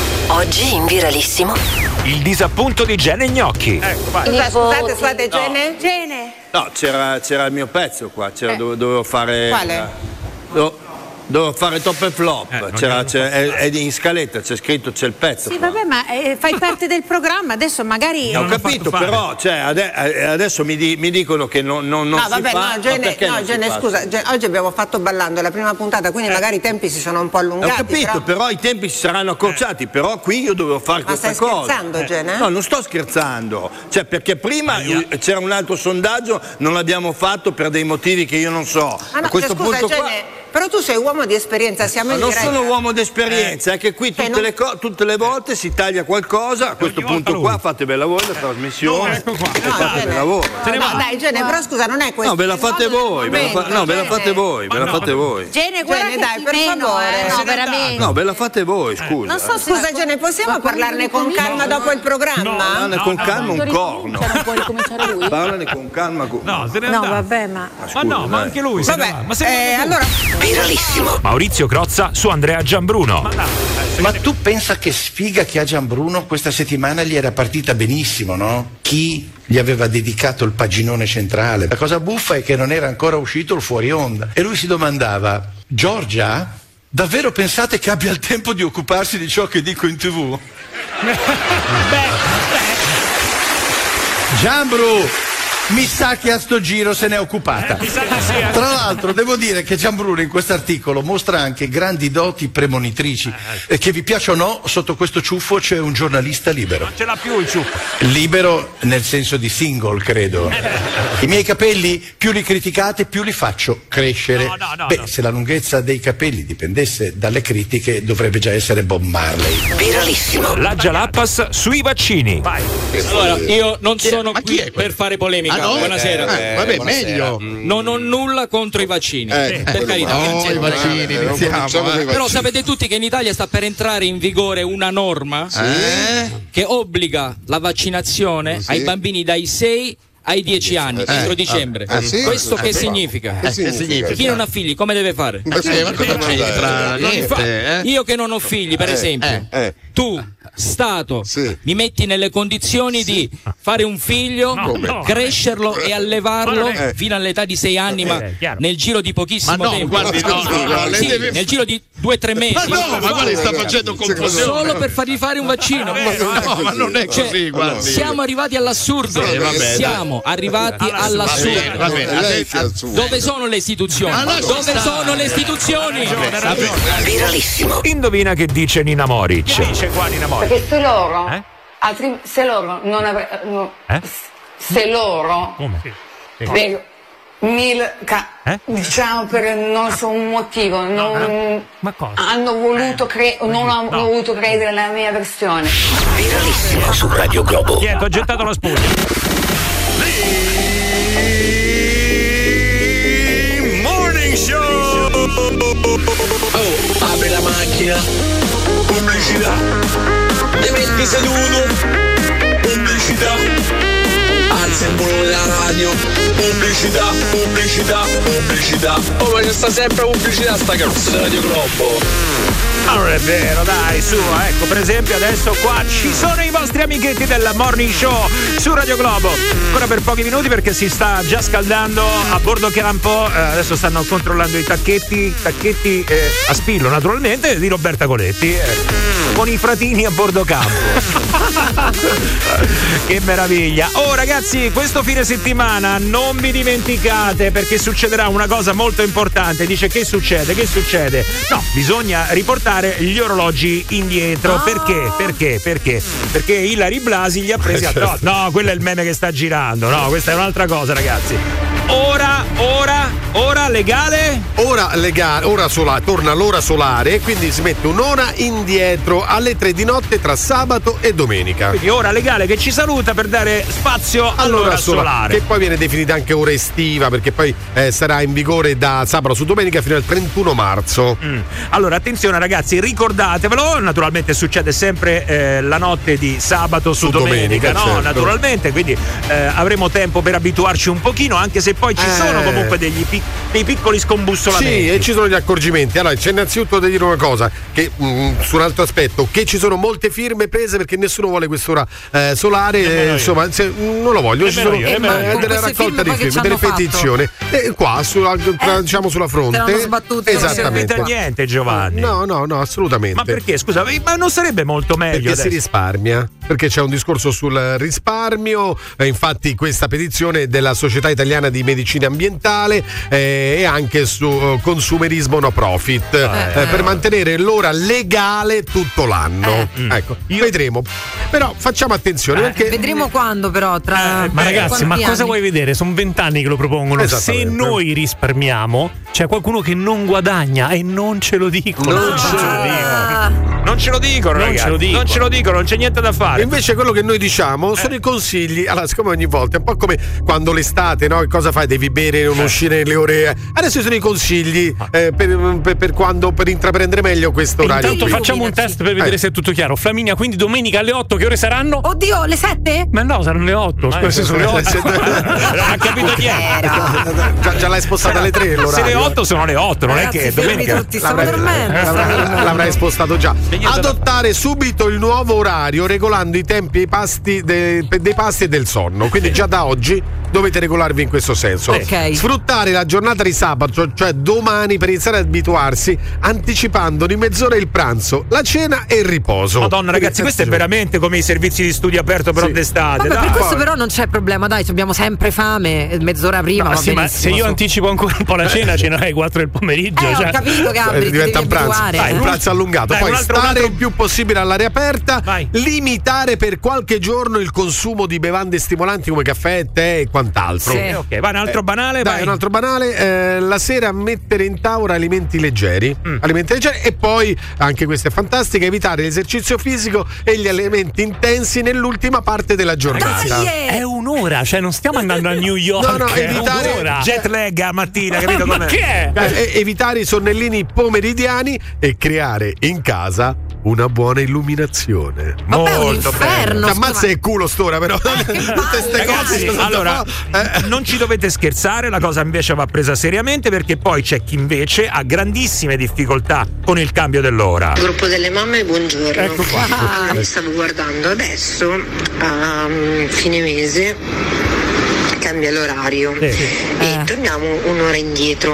Oggi in Viralissimo. Il disappunto di Gene Gnocchi. Ecco, vai. Scusa, scusate, scusate, Gene? Gene? No, c'era, c'era il mio pezzo qua, c'era, Eh. dove, dovevo fare. Quale? eh, do- dovevo fare top e flop. Eh, non c'era, abbiamo c'è- è, è in scaletta, c'è scritto, c'è il pezzo. Sì, qua. vabbè, ma eh, fai parte del programma, adesso magari... Ho capito, però cioè, ade- eh, adesso mi, di- mi dicono che non, non, non No, si vabbè, fa. no, ma Gene, perché no, non si Gene, fa? scusa, Gene, oggi abbiamo fatto ballando la prima puntata, quindi magari i tempi si sono un po' Ho allungati. capito, però... i tempi si saranno accorciati, però qui io dovevo fare Ma questa stai cosa. scherzando, Gene? No, non sto scherzando. Cioè, perché prima eh, c'era un altro sondaggio, non l'abbiamo fatto per dei motivi che io non so. Ah, no, A questo cioè, scusa, punto Gene, qua. però tu sei uomo di esperienza, siamo Ma in non diretta. sono uomo d'esperienza, è che qui Cioè, tutte, non- le co- tutte le volte si taglia qualcosa, a questo punto qua fate bella voi la trasmissione ecco e fate bella voi. No, dai, Gene, però scusa, non è questo. No, ve la fate voi, ve la fa- no, ve la fate voi, ve la fate voi. Gene, guarda Gene, che dai, ti per meno, favore. eh, no, veramente. No, ve la fate voi, scusa. Non so, scusa Gene, possiamo parlarne con calma dopo il programma? Parlane con calma un corno. Non può ricominciare lui? Parlane con calma. Con... No, se ne No, andava. vabbè, ma... Ma no, ma dai. anche lui se ne Vabbè, va. Ma se ne eh, va tu. allora... Viralissimo. Maurizio Crozza su Andrea Giambruno. Ma tu pensa che sfiga che ha Giambruno? Questa settimana gli era partita benissimo, no? Chi gli aveva dedicato il paginone centrale? La cosa buffa è che non era ancora uscito il fuori onda e lui si domandava: Giorgia? Davvero pensate che abbia il tempo di occuparsi di ciò che dico in tv? Gianbru, mi sa che a sto giro se n'è occupata. Eh, mi sa che sì, eh. Tra l'altro devo dire che Gianbruno in quest'articolo mostra anche grandi doti premonitrici. E che vi piaccia o no, sotto questo ciuffo c'è un giornalista libero. Non ce l'ha più il ciuffo. Libero nel senso di single, credo. I miei capelli, più li criticate, più li faccio crescere. No, no, no, Beh, no. se la lunghezza dei capelli dipendesse dalle critiche, dovrebbe già essere Bob Marley. Viralissimo. La Jalapas sui vaccini. Vai. Allora, io non Chi è? sono Ma chi qui è per fare polemica. Ah, no? Buonasera. Eh, vabbè, meglio. Non ho nulla contro i vaccini. Eh, per carità. no, i vaccini, Eh, iniziamo, eh. Però sapete tutti che in Italia sta per entrare in vigore una norma Eh? che obbliga la vaccinazione Sì. ai bambini dai sei ai dieci anni, Eh, entro eh, dicembre. ah, sì? Questo che Eh, significa? Che significa? Chi non ha figli come deve fare? Ma sì, ma cosa c'entra? Non Niente, fa- eh? Io che non ho figli, per Eh, esempio, eh, eh. tu, Stato, mi metti nelle condizioni di fare un figlio, No, no. crescerlo e allevarlo Eh. fino all'età di sei anni, ma Eh, chiaro. nel giro di pochissimo Ma no, tempo. guardi, no, no, no, lei Sì, deve- nel giro di due o tre mesi. Ma no, ma guardi, sta facendo confusione. Solo per fargli fare un vaccino. No, ma non è Cioè, così, guardi. siamo arrivati all'assurdo. Sì, vabbè, siamo arrivati all'assurdo. Va bene, va bene. Adesso- Dove sono le istituzioni? Ma lascia Dove stare. sono le istituzioni? Viralissimo. Indovina che dice Nina Moric. Che dice qua Nina Moric? Perché se loro, Eh? altri, se loro non avrebbero, Eh? se loro, Come? per mil, ca- Eh? diciamo per non so un motivo, non, hanno voluto cre- non hanno voluto credere nella mia versione. Viralissimo su Radio Globo. Niente, ho gettato la spugna. Morning Show! Oh, apri la macchina, pubblicità, ti metti seduto, pubblicità, alza il volume della radio, pubblicità, pubblicità, pubblicità. Oh, ma c'è sta sempre pubblicità sta cazzo di Radio Globo. Ma non è vero, dai, su, ecco, per esempio adesso qua ci sono i vostri amichetti del Morning Show su Radio Globo. Ancora per pochi minuti perché si sta già scaldando a bordo campo, eh, adesso stanno controllando i tacchetti, tacchetti eh, a spillo naturalmente di Roberta Coletti, eh, con i fratini a bordo campo. Che meraviglia. Oh ragazzi, questo fine settimana non vi dimenticate perché succederà una cosa molto importante. Dice che succede? Che succede? No, bisogna riportare gli orologi indietro. Ah. Perché? Perché? Perché? Perché Ilary Blasi li ha presi a Certo. no, no, quello è il meme che sta girando. No, questa è un'altra cosa, ragazzi. Ora, ora, ora legale? Ora legale, ora solare, torna l'ora solare e quindi si mette un'ora indietro alle tre di notte tra sabato e domenica. Quindi ora legale che ci saluta per dare spazio all'ora solare. Che poi viene definita anche ora estiva perché poi eh, sarà in vigore da sabato su domenica fino al trentuno marzo. Mm. Allora attenzione ragazzi, ricordatevelo, naturalmente succede sempre eh, la notte di sabato su, Su domenica, domenica, no? certo. Naturalmente, quindi eh, avremo tempo per abituarci un pochino, anche se poi ci Eh. sono comunque degli pic- dei piccoli scombussolamenti. Sì, e ci sono gli accorgimenti. Allora, c'è innanzitutto da dire una cosa, che mh, su un altro aspetto, che ci sono molte firme prese perché nessuno vuole quest'ora eh, solare, eh, insomma, se, non lo voglio, ci Nemmeno sono io, nemmeno eh, io. delle Queste raccolte firme di poi che firme, ci delle hanno fatto? petizioni. E qua, sulla, tra- diciamo sulla fronte. te l'hanno sbattute, Non Esattamente. servite a niente Giovanni. No, no, no, assolutamente. Ma perché? Scusa, ma non sarebbe molto meglio Perché adesso? si risparmia, perché c'è un discorso sul risparmio, eh, infatti questa petizione è della Società Italiana di Medicina Ambientale eh, e anche su eh, consumerismo no profit, eh, per mantenere l'ora legale tutto l'anno. Ecco, vedremo. Però facciamo attenzione perché Vedremo quando però tra Ma ragazzi, ma quanti cosa anni? vuoi vedere? Sono vent'anni che lo propongono. Se Esattamente. noi risparmiamo, c'è qualcuno che non guadagna e non ce lo dicono. Non ce lo dicono. Non ce lo dicono, Non ragazzi. ce lo dicono. Non ce lo dicono, non c'è niente da fare. invece quello che noi diciamo sono i consigli. Allora, siccome ogni volta è un po' come quando l'estate, no? Che cosa fai? Devi bere, non uscire nelle ore. Adesso ci sono i consigli eh, per, per, per quando per intraprendere meglio questo E orario. intanto qui. facciamo un test per vedere Eh. se è tutto chiaro. Flaminia, quindi domenica alle otto, che ore saranno? Oddio, le sette? Ma no, saranno le otto. Scusa, sono le otto. Non ha capito niente. Già, già l'hai spostata alle tre Se le l'orario. otto sono le otto, non Ragazzi, è che fermi domenica. tutti, stavo L'avrai- dormendo. stavo l'avrai, dormendo. l'avrai spostato già. niente da Adottare subito il nuovo orario regolando i tempi e i pasti de- dei pasti e del sonno. Quindi già da oggi dovete regolarvi in questo senso. Ok. Sfruttare la giornata di sabato, cioè domani, per iniziare ad abituarsi, anticipando di mezz'ora il pranzo, la cena e il riposo. Madonna, ragazzi, questo è veramente come i servizi di studio aperto però Sì. d'estate. Vabbè, dai. per questo però non c'è problema, dai, abbiamo sempre fame, mezz'ora prima. No, va sì, ma se benissimo, io su. anticipo ancora un po' la cena, cena alle quattro del pomeriggio. Eh, cioè. ho capito, Gabri, Eh, ti diventa devi un pranzo. abituare, Dai, eh. un pranzo allungato. Dai, Poi un altro- un stare altro- il più possibile all'aria aperta, Vai. limitare per qualche giorno il consumo di bevande stimolanti come caffè, tè e quant'altro. Sì, ok, vai un altro banale, Dai, vai. un altro banale, eh, la sera mettere in tavola alimenti leggeri, Mm. alimenti leggeri e poi, anche questa è fantastica, evitare l'esercizio fisico e gli alimenti intensi nell'ultima parte della giornata. Dai, eh. È un'ora, cioè non stiamo andando a New York. No, no, è evitare- un'ora. Jet lag a mattina, capito Ma com'è? che è? Eh, evitare i sonnellini pomeridiani e creare in casa una buona illuminazione. Vabbè, è un Molto inferno. Ti ammazza il culo st'ora però. Tutte ste Ragazzi, cose. allora Eh, non ci dovete scherzare, la cosa invece va presa seriamente perché poi c'è chi invece ha grandissime difficoltà con il cambio dell'ora. Gruppo delle mamme, buongiorno. Ecco qua. Ah, mi stavo guardando adesso, a mm, fine mese cambia l'orario Sì. e torniamo un'ora indietro.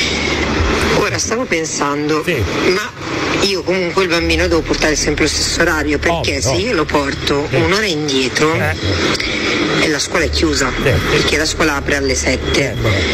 Ora stavo pensando, Sì. ma io comunque il bambino devo portare sempre lo stesso orario perché Ovvio. se io lo porto Sì. un'ora indietro Eh. e la scuola è chiusa Sì. perché la scuola apre alle sette,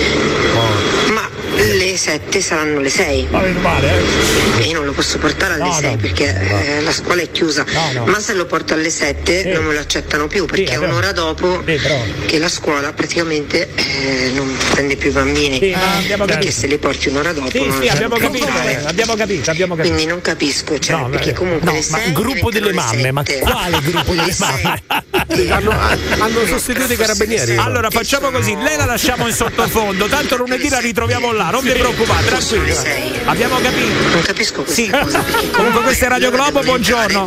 ma le sette saranno le sei. Va bene, male, eh? E io non lo posso portare alle No, sei no. perché eh, la scuola è chiusa. No, no. Ma se lo porto alle sette Sì. non me lo accettano più perché Sì, è però- un'ora dopo Sì, però- che la scuola praticamente eh, non prende più i bambini. Sì, ma abbiamo perché capito. se li porti un'ora dopo Sì, non sì, lo abbiamo sanno capito, più fare. abbiamo capito, abbiamo capito. Quindi non capisco, cioè, No, perché beh, comunque No, le ma sei gruppo diventano delle le mamme, ma sette. quale gruppo delle Le sei. mamme? hanno, hanno sostituito i carabinieri. Allora facciamo così, lei la lasciamo in sottofondo, tanto lunedì la ritroviamo là, non vi preoccupate, tranquilli. Abbiamo capito. Non capisco queste Sì. cose. perché Comunque questa è Radio Globo, buongiorno.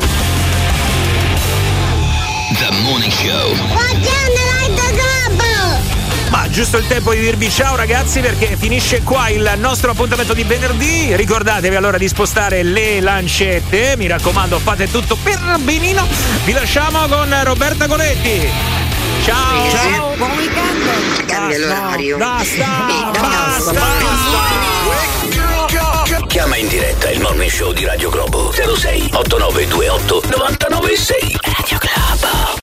The Morning Show. Ma giusto il tempo di dirvi ciao ragazzi perché finisce qua il nostro appuntamento di venerdì. Ricordatevi allora di spostare le lancette, mi raccomando fate tutto per benino. Vi lasciamo con Roberta Coletti. Ciao. Ciao. Buon weekend. Cambia l'orario. Basta. E- Basta. Basta. Chiama in diretta il Morning Show di Radio Globo zero sei otto nove due otto nove nove sei. Radio Globo.